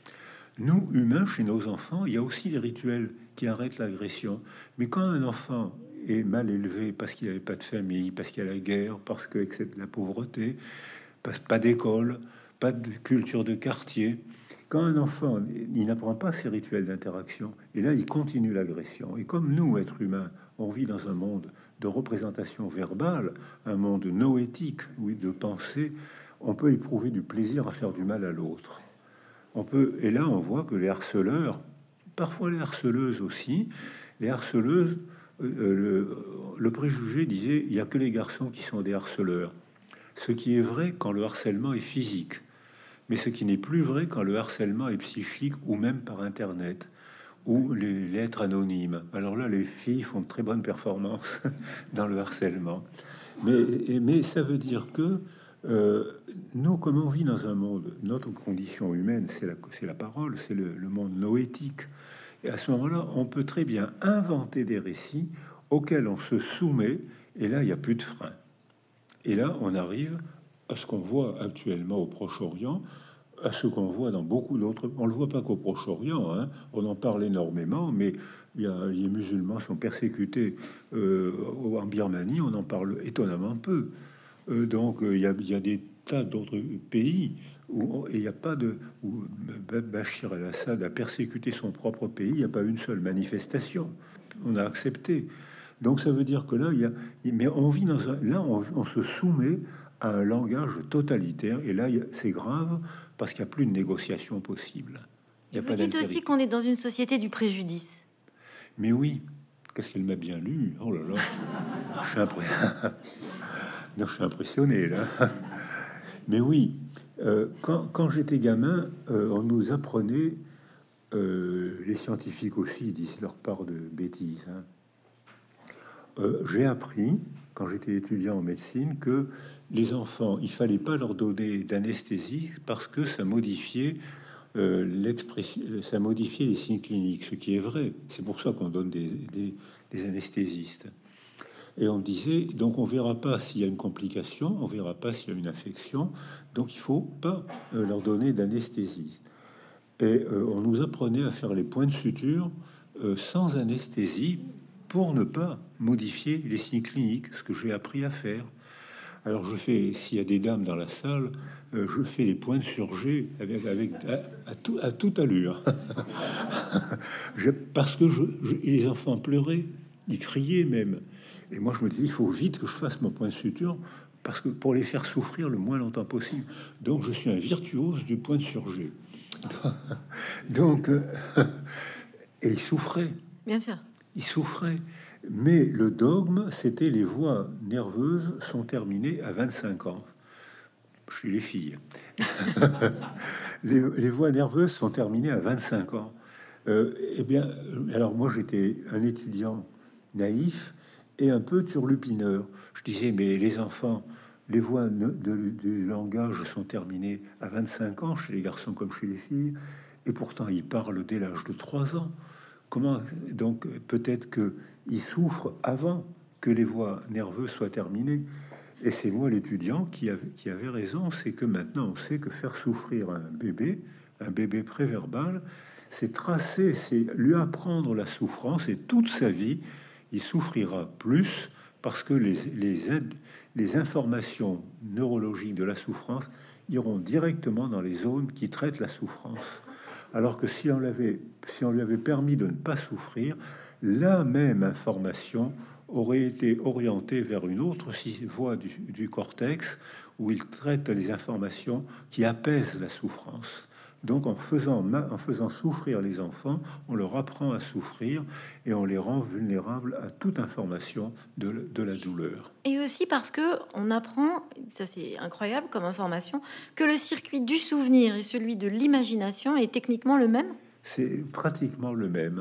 Nous, humains, chez nos enfants, il y a aussi des rituels qui arrêtent l'agression. Mais quand un enfant est mal élevé parce qu'il n'avait pas de famille, parce qu'il y a la guerre, parce que c'est la pauvreté, parce pas d'école, pas de culture de quartier, quand un enfant il n'apprend pas ces rituels d'interaction, et là il continue l'agression. Et comme nous, êtres humains, on vit dans un monde de représentation verbale, un monde noétique, oui, de pensée, on peut éprouver du plaisir à faire du mal à l'autre. On peut, et là on voit que les harceleurs, parfois les harceleuses aussi, les harceleuses, euh, le, le préjugé disait il y a que les garçons qui sont des harceleurs. Ce qui est vrai quand le harcèlement est physique, mais ce qui n'est plus vrai quand le harcèlement est psychique ou même par Internet ou les lettres anonymes. Alors là, les filles font de très bonnes performances dans le harcèlement. Mais, mais ça veut dire que euh, nous, comme on vit dans un monde, notre condition humaine, c'est la, c'est la parole, c'est le, le monde noétique. Et à ce moment-là, on peut très bien inventer des récits auxquels on se soumet, et là, il n'y a plus de frein. Et là, on arrive à ce qu'on voit actuellement au Proche-Orient, à ce qu'on voit dans beaucoup d'autres... On ne le voit pas qu'au Proche-Orient, hein, on en parle énormément, mais il y a, les musulmans sont persécutés euh, en Birmanie, on en parle étonnamment peu. Euh, donc, euh, il, y a, il y a des tas d'autres pays où il n'y a pas de... où Bachir el-Assad a persécuté son propre pays, il n'y a pas une seule manifestation. On a accepté. Donc ça veut dire que là, il y a, mais on vit dans un, là, on, on se soumet à un langage totalitaire, et là, c'est grave parce qu'il n'y a plus de négociation possible. Il y a Vous pas dites aussi qu'on est dans une société du préjudice. Mais oui, qu'est-ce qu'elle m'a bien lu. Oh là là, je suis impressionné. Non, je suis impressionné là. Mais oui, euh, quand, quand j'étais gamin, euh, on nous apprenait, euh, les scientifiques aussi disent leur part de bêtises, hein. Euh, j'ai appris, quand j'étais étudiant en médecine, que les enfants, il fallait pas leur donner d'anesthésie parce que ça modifiait euh, l'expression, ça modifiait les signes cliniques, ce qui est vrai. C'est pour ça qu'on donne des, des, des anesthésistes. Et on disait, donc on verra pas s'il y a une complication, on verra pas s'il y a une infection, donc il faut pas euh, leur donner d'anesthésie. Et euh, on nous apprenait à faire les points de suture euh, sans anesthésie, pour ne pas modifier les signes cliniques, ce que j'ai appris à faire. Alors je fais, s'il y a des dames dans la salle, euh, je fais les points de surgé avec, avec à, à, tout, à toute allure. je, parce que je, je, les enfants pleuraient, ils criaient même. Et moi je me dis, il faut vite que je fasse mon point de suture, parce que pour les faire souffrir le moins longtemps possible. Donc je suis un virtuose du point de surgé. Donc, euh, et ils souffraient. Bien sûr. Il souffrait, mais le dogme, c'était les voies nerveuses sont terminées à vingt-cinq ans chez les filles. les, les voies nerveuses sont terminées à vingt-cinq ans. Euh, eh bien, alors moi j'étais un étudiant naïf et un peu turlupineur. Je disais, mais les enfants, les voies de, de, du langage sont terminées à vingt-cinq ans chez les garçons comme chez les filles, et pourtant ils parlent dès l'âge de trois ans. Comment donc peut-être que il souffre avant que les voies nerveuses soient terminées. Et c'est moi l'étudiant qui avait, qui avait raison, c'est que maintenant on sait que faire souffrir un bébé, un bébé préverbal, c'est tracer, c'est lui apprendre la souffrance, et toute sa vie il souffrira plus parce que les, les, les informations neurologiques de la souffrance iront directement dans les zones qui traitent la souffrance. Alors que si on l'avait, si on lui avait permis de ne pas souffrir, la même information aurait été orientée vers une autre voie du, du cortex où il traite les informations qui apaisent la souffrance. Donc en faisant, en faisant souffrir les enfants, on leur apprend à souffrir et on les rend vulnérables à toute information de, de la douleur. Et aussi parce que on apprend, ça c'est incroyable comme information, que le circuit du souvenir et celui de l'imagination est techniquement le même. C'est pratiquement le même.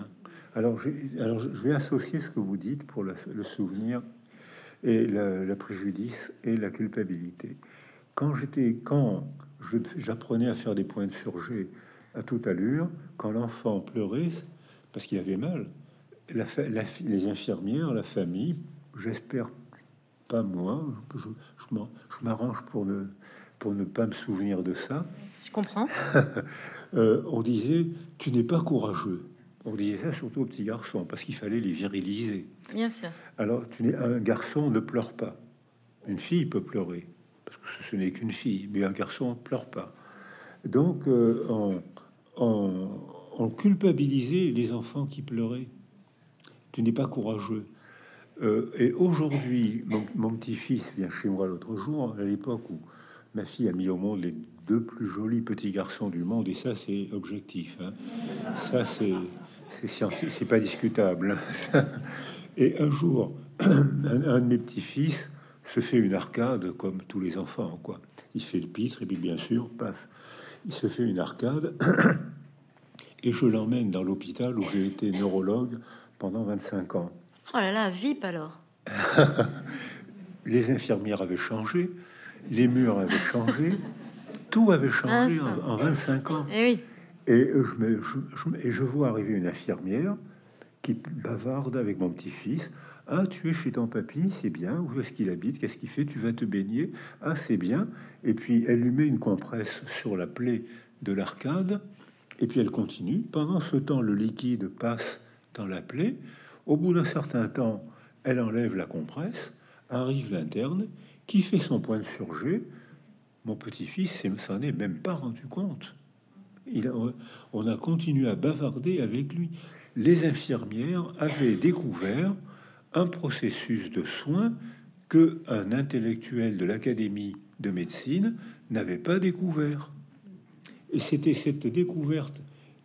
Alors, alors, je vais associer ce que vous dites pour la, le souvenir et le, le préjudice et la culpabilité. Quand j'étais, quand j'apprenais à faire des points de surjet à toute allure, quand l'enfant pleurait parce qu'il avait mal, la, la, les infirmières, la famille, j'espère pas moi, je, je m'arrange pour ne, pour ne pas me souvenir de ça. Je comprends. euh, on disait, tu n'es pas courageux. On disait ça surtout aux petits garçons, parce qu'il fallait les viriliser. Bien sûr. Alors, tu n'es, un garçon ne pleure pas. Une fille peut pleurer, parce que ce n'est qu'une fille, mais un garçon ne pleure pas. Donc, euh, on, on, on culpabilisait les enfants qui pleuraient. Tu n'es pas courageux. Euh, et aujourd'hui, mon, mon petit-fils vient chez moi l'autre jour, à l'époque où ma fille a mis au monde les deux plus jolis petits garçons du monde, et ça, c'est objectif. Hein. Ça, c'est c'est scientifique, c'est pas discutable. Hein. Et un jour, un, un de mes petits-fils se fait une arcade comme tous les enfants, quoi. Il fait le pitre, et puis bien sûr, paf, il se fait une arcade, et je l'emmène dans l'hôpital où j'ai été neurologue pendant vingt-cinq ans. Oh là là, V I P alors. Les infirmières avaient changé, les murs avaient changé, tout avait changé en, en vingt-cinq ans. Et oui. Et je, me, je, je, et je vois arriver une infirmière qui bavarde avec mon petit-fils. Ah, tu es chez ton papy, c'est bien. Où est-ce qu'il habite? Qu'est-ce qu'il fait? Tu vas te baigner? Ah, c'est bien. Et puis elle lui met une compresse sur la plaie de l'arcade. Et puis elle continue. Pendant ce temps, le liquide passe dans la plaie. Au bout d'un certain temps, elle enlève la compresse. Arrive l'interne qui fait son point de surjet. Mon petit-fils s'en est même pas rendu compte. Il a, on a continué à bavarder avec lui. Les infirmières avaient découvert un processus de soins que un intellectuel de l'Académie de médecine n'avait pas découvert. Et c'était cette découverte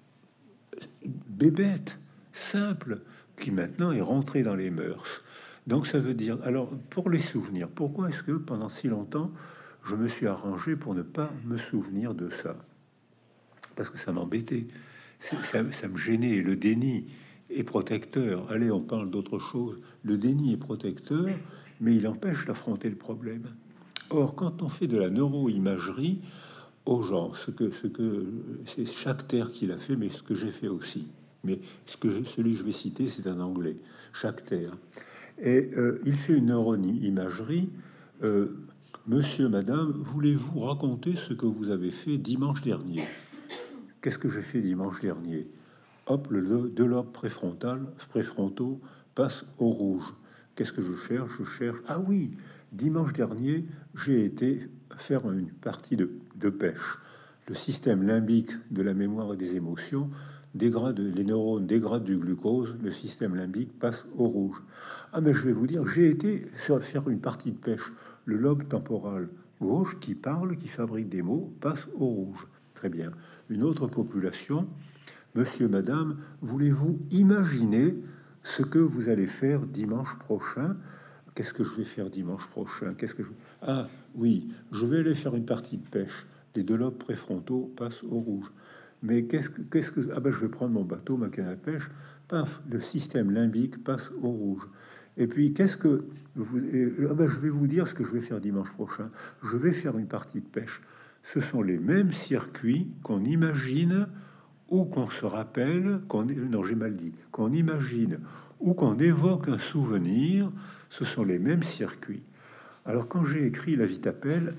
bébête, simple, qui maintenant est rentrée dans les mœurs. Donc ça veut dire, alors pour les souvenirs, pourquoi est-ce que pendant si longtemps je me suis arrangé pour ne pas me souvenir de ça? Parce que ça m'embêtait, ça, ça me gênait. Le déni est protecteur. Allez, on parle d'autre chose. Le déni est protecteur, mais il empêche d'affronter le problème. Or, quand on fait de la neuroimagerie aux gens, ce que ce que c'est Schachter qui l'a fait, mais ce que j'ai fait aussi. Mais ce que je, celui que je vais citer, c'est un anglais, Schachter. Et euh, il fait une neuroimagerie. Euh, Monsieur, madame, voulez-vous raconter ce que vous avez fait dimanche dernier? Qu'est-ce que j'ai fait dimanche dernier? Hop, le deux lobes préfrontal, préfrontaux passent au rouge. Qu'est-ce que je cherche? Je cherche. Ah oui, dimanche dernier, j'ai été faire une partie de, de pêche. Le système limbique de la mémoire et des émotions dégrade, les neurones dégradent du glucose, le système limbique passe au rouge. Ah, mais je vais vous dire, j'ai été faire une partie de pêche. Le lobe temporal gauche qui parle, qui fabrique des mots, passe au rouge. Très bien. Une autre population, monsieur, madame, voulez-vous imaginer ce que vous allez faire dimanche prochain? Qu'est-ce que je vais faire dimanche prochain? Qu'est-ce que je... Ah oui, je vais aller faire une partie de pêche. Les deux lobes préfrontaux passent au rouge. Mais qu'est-ce que, qu'est-ce que... Ah ben, je vais prendre mon bateau, ma canne à pêche. Paf, le système limbique passe au rouge. Et puis, qu'est-ce que... Vous... Ah ben, je vais vous dire ce que je vais faire dimanche prochain. Je vais faire une partie de pêche. Ce sont les mêmes circuits qu'on imagine ou qu'on se rappelle, qu'on... non, j'ai mal dit, qu'on imagine ou qu'on évoque un souvenir, ce sont les mêmes circuits. Alors, quand j'ai écrit La vie t'appelle,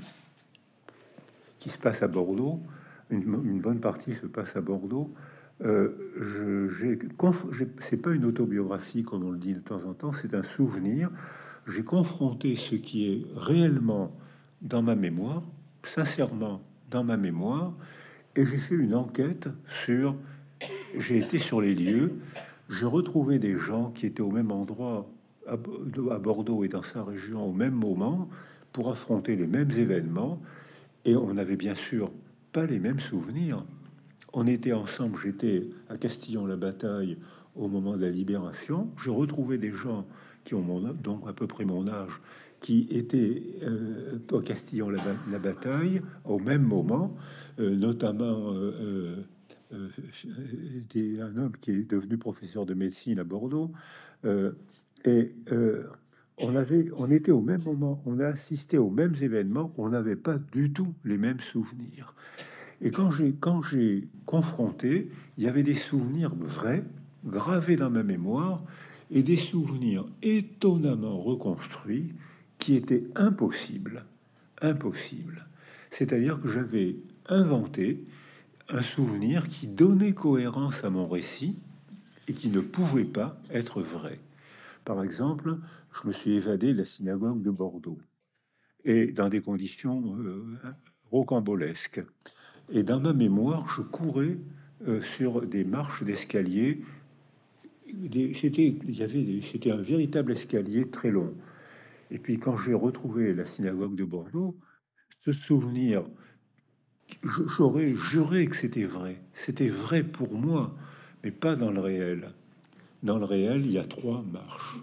qui se passe à Bordeaux, une, une bonne partie se passe à Bordeaux, euh, je, j'ai, j'ai, c'est pas une autobiographie comme on le dit de temps en temps, c'est un souvenir. J'ai confronté ce qui est réellement dans ma mémoire, sincèrement dans ma mémoire, et j'ai fait une enquête sur... J'ai été sur les lieux, j'ai retrouvé des gens qui étaient au même endroit à, à Bordeaux et dans sa région au même moment pour affronter les mêmes événements, et on n'avait bien sûr pas les mêmes souvenirs. On était ensemble, j'étais à Castillon-la-Bataille au moment de la libération, j'ai retrouvé des gens qui ont mon, donc à peu près mon âge, qui étaient euh, au Castillon-la-Bataille au même moment, euh, notamment euh, euh, était un homme qui est devenu professeur de médecine à Bordeaux. Euh, et euh, on avait, on était au même moment, on a assisté aux mêmes événements, on n'avait pas du tout les mêmes souvenirs. Et quand j'ai quand j'ai confronté, il y avait des souvenirs vrais, gravés dans ma mémoire, et des souvenirs étonnamment reconstruits qui étaient impossibles, impossibles. C'est-à-dire que j'avais inventé un souvenir qui donnait cohérence à mon récit et qui ne pouvait pas être vrai. Par exemple, je me suis évadé de la synagogue de Bordeaux et dans des conditions euh, rocambolesques. Et dans ma mémoire, je courais euh, sur des marches d'escalier. Des- C'était, il y avait, des- c'était un véritable escalier très long. Et puis quand j'ai retrouvé la synagogue de Bordeaux, ce souvenir, je- j'aurais juré que c'était vrai. C'était vrai pour moi, mais pas dans le réel. Dans le réel, il y a trois marches.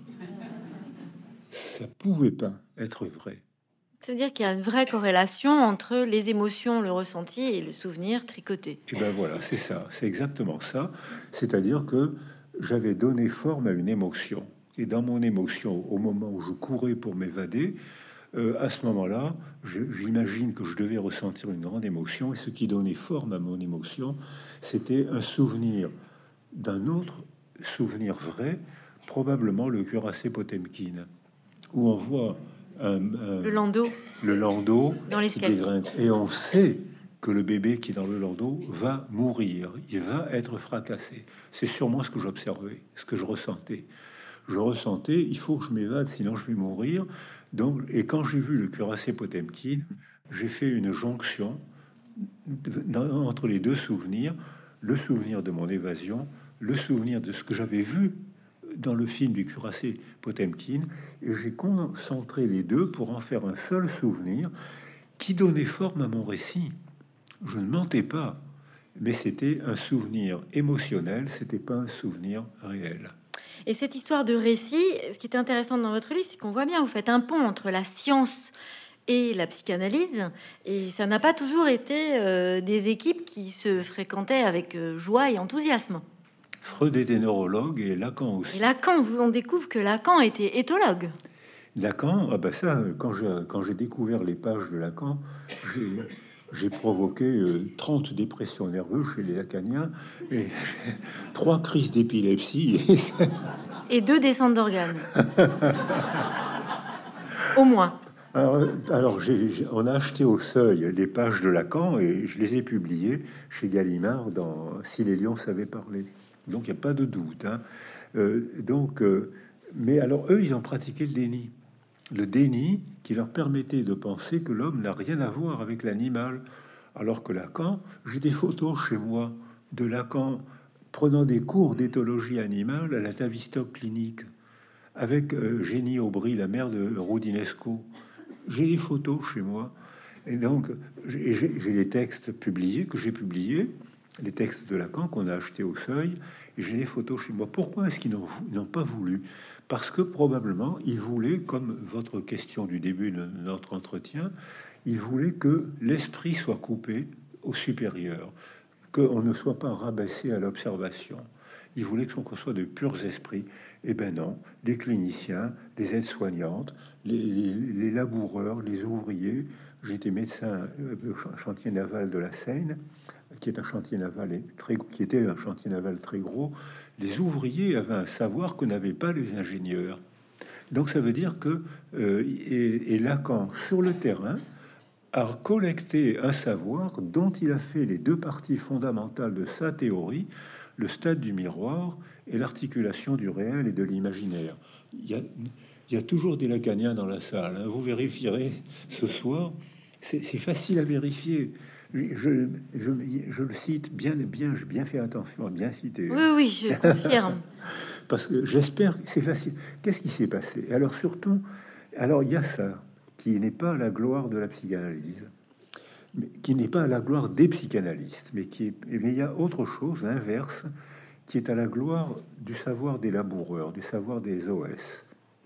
Ça pouvait pas être vrai. C'est-à-dire qu'il y a une vraie corrélation entre les émotions, le ressenti et le souvenir tricoté. Et ben voilà, c'est ça, c'est exactement ça. C'est-à-dire que j'avais donné forme à une émotion. Et dans mon émotion, au moment où je courais pour m'évader, euh, à ce moment-là, je- j'imagine que je devais ressentir une grande émotion. Et ce qui donnait forme à mon émotion, c'était un souvenir d'un autre souvenir vrai, probablement le cuirassé Potemkin, où on voit un, un- Le landau le landau dans qui l'escalier. dégringue, et on sait que le bébé qui est dans le landau va mourir, il va être fracassé. C'est sûrement ce que j'observais, ce que je ressentais. Je ressentais, il faut que je m'évade, sinon je vais mourir. Donc, et quand j'ai vu le cuirassé Potemkin, j'ai fait une jonction dans- entre les deux souvenirs, le souvenir de mon évasion, le souvenir de ce que j'avais vu dans le film du cuirassé Potemkin, et j'ai concentré les deux pour en faire un seul souvenir qui donnait forme à mon récit. Je ne mentais pas, mais c'était un souvenir émotionnel, c'était pas un souvenir réel. Et cette histoire de récit, ce qui est intéressant dans votre livre, c'est qu'on voit bien, vous faites un pont entre la science et la psychanalyse, et ça n'a pas toujours été euh, des équipes qui se fréquentaient avec euh, joie et enthousiasme. Freud était neurologue et Lacan Et aussi. Lacan, vous on découvre que Lacan était éthologue. Lacan, ah ben ça, quand j'ai quand j'ai découvert les pages de Lacan, j'ai j'ai provoqué euh, trente dépressions nerveuses chez les lacaniens et trois crises d'épilepsie. Et ça- Et deux descentes d'organes. Au moins. alors, alors j'ai- j'ai- on a acheté au Seuil les pages de Lacan et je les ai publiées chez Gallimard dans Si les lions savaient parler. Donc il n'y a pas de doute, hein. Euh, donc, euh, mais alors eux, ils ont pratiqué le déni. Le déni qui leur permettait de penser que l'homme n'a rien à voir avec l'animal. Alors que Lacan, j'ai des photos chez moi de Lacan prenant des cours d'éthologie animale à la Tavistock Clinique avec euh, Génie Aubry, la mère de Roudinesco. J'ai des photos chez moi. Et donc, j'ai j'ai les textes publiés, que j'ai publiés, les textes de Lacan qu'on a achetés au Seuil, et j'ai les photos chez moi. Pourquoi est-ce qu'ils n'ont n'ont pas voulu? Parce que probablement, ils voulaient, comme votre question du début de notre entretien, ils voulaient que l'esprit soit coupé au supérieur, qu'on ne soit pas rabaissé à l'observation. Ils voulaient qu'on soit de purs esprits. Eh ben non, les cliniciens, les aides-soignantes, les, les, les laboureurs, les ouvriers. J'étais médecin au chantier naval de la Seine, qui est un chantier naval très, qui était un chantier naval très gros. Les ouvriers avaient un savoir que n'avaient pas les ingénieurs. Donc ça veut dire que euh, et, et Lacan sur le terrain a collecté un savoir dont il a fait les deux parties fondamentales de sa théorie, le stade du miroir et l'articulation du réel et de l'imaginaire. Il y a, il y a toujours des lacaniens dans la salle, hein. Vous vérifierez ce soir. C'est c'est facile à vérifier. Je, je, je le cite bien, bien, j'ai bien fait attention à bien citer, Oui, hein. oui, je confirme. Parce que j'espère que c'est facile. Qu'est-ce qui s'est passé? Alors surtout, alors il y a ça qui n'est pas la gloire de la psychanalyse, mais qui n'est pas à la gloire des psychanalystes, mais qui est, mais il y a autre chose, l'inverse, qui est à la gloire du savoir des laboureurs, du savoir des O S.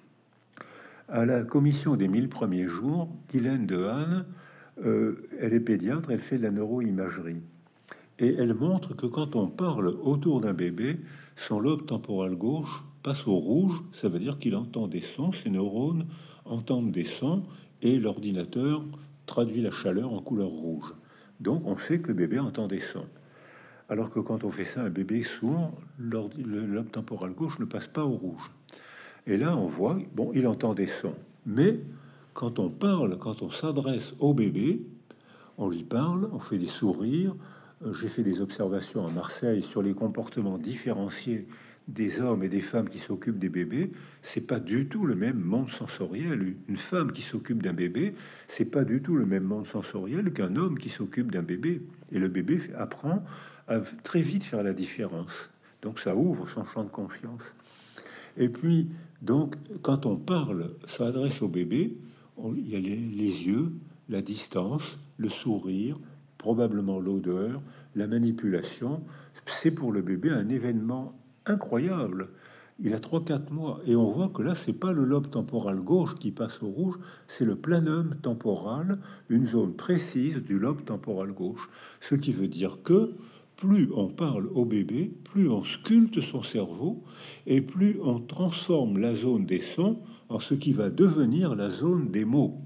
À la commission des mille premiers jours, Guylaine Dehaene, euh, elle est pédiatre, elle fait de la neuroimagerie. Et elle montre que quand on parle autour d'un bébé, son lobe temporal gauche passe au rouge. Ça veut dire qu'il entend des sons, ses neurones entendent des sons, et l'ordinateur traduit la chaleur en couleur rouge. Donc on sait que le bébé entend des sons. Alors que quand on fait ça à un bébé sourd, le lobe temporal gauche ne passe pas au rouge. Et là, on voit, bon, il entend des sons. Mais quand on parle, quand on s'adresse au bébé, on lui parle, on fait des sourires. J'ai fait des observations à Marseille sur les comportements différenciés des hommes et des femmes qui s'occupent des bébés. C'est pas du tout le même monde sensoriel. Une femme qui s'occupe d'un bébé, c'est pas du tout le même monde sensoriel qu'un homme qui s'occupe d'un bébé. Et le bébé apprend à très vite faire la différence. Donc ça ouvre son champ de confiance. Et puis, donc, quand on parle, ça adresse au bébé, on, il y a les, les yeux, la distance, le sourire, probablement l'odeur, la manipulation. C'est pour le bébé un événement incroyable. Il a trois quatre mois et on voit que là, c'est pas le lobe temporal gauche qui passe au rouge, c'est le planum temporal, une zone précise du lobe temporal gauche. Ce qui veut dire que plus on parle au bébé, plus on sculpte son cerveau et plus on transforme la zone des sons en ce qui va devenir la zone des mots.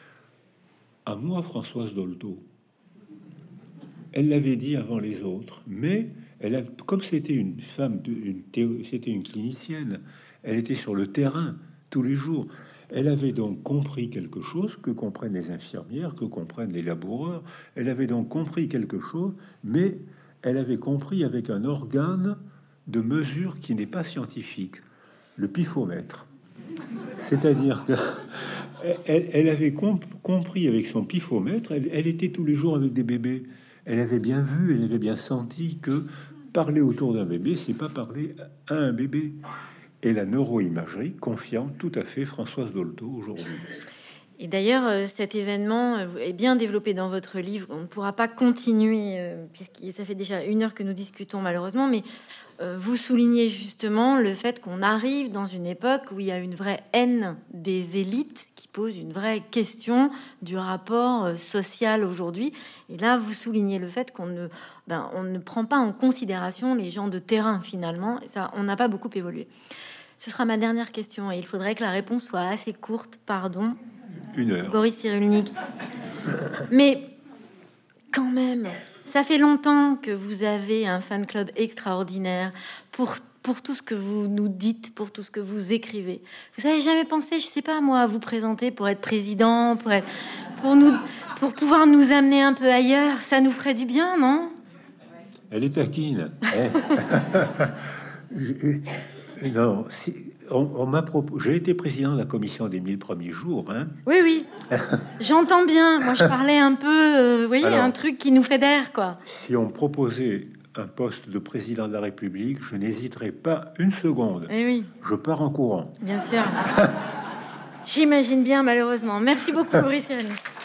À moi, Françoise Dolto, elle l'avait dit avant les autres, mais elle a, comme c'était une femme, de, une théo, c'était une clinicienne, elle était sur le terrain tous les jours. Elle avait donc compris quelque chose que comprennent les infirmières, que comprennent les laboureurs. Elle avait donc compris quelque chose, mais elle avait compris avec un organe de mesure qui n'est pas scientifique, le pifomètre. C'est-à-dire que elle, elle avait comp- compris avec son pifomètre, elle, elle était tous les jours avec des bébés. Elle avait bien vu, elle avait bien senti que parler autour d'un bébé, c'est pas parler à un bébé. Et la neuroimagerie confirme tout à fait Françoise Dolto aujourd'hui. Et d'ailleurs, cet événement est bien développé dans votre livre. On ne pourra pas continuer, puisque ça fait déjà une heure que nous discutons malheureusement, mais vous soulignez justement le fait qu'on arrive dans une époque où il y a une vraie haine des élites qui pose une vraie question du rapport social aujourd'hui. Et là, vous soulignez le fait qu'on ne, ben, on ne prend pas en considération les gens de terrain finalement. Et ça, on n'a pas beaucoup évolué. Ce sera ma dernière question et il faudrait que la réponse soit assez courte. Pardon. Une heure. Boris Cyrulnik. Mais quand même, ça fait longtemps que vous avez un fan club extraordinaire pour, pour tout ce que vous nous dites, pour tout ce que vous écrivez. Vous avez jamais pensé, je sais pas moi, à vous présenter pour être président, pour, être, pour, nous, pour pouvoir nous amener un peu ailleurs? Ça nous ferait du bien, non? Elle est taquine. je, non, si... On, on m'a proposé. J'ai été président de la commission des mille premiers jours. Hein. Oui, oui. J'entends bien. Moi, je parlais un peu. Euh, vous voyez, alors, un truc qui nous fédère, quoi. Si on me proposait un poste de président de la République, je n'hésiterais pas une seconde. Eh oui. Je pars en courant. Bien sûr. J'imagine bien, malheureusement. Merci beaucoup, Boris Cyrulnik.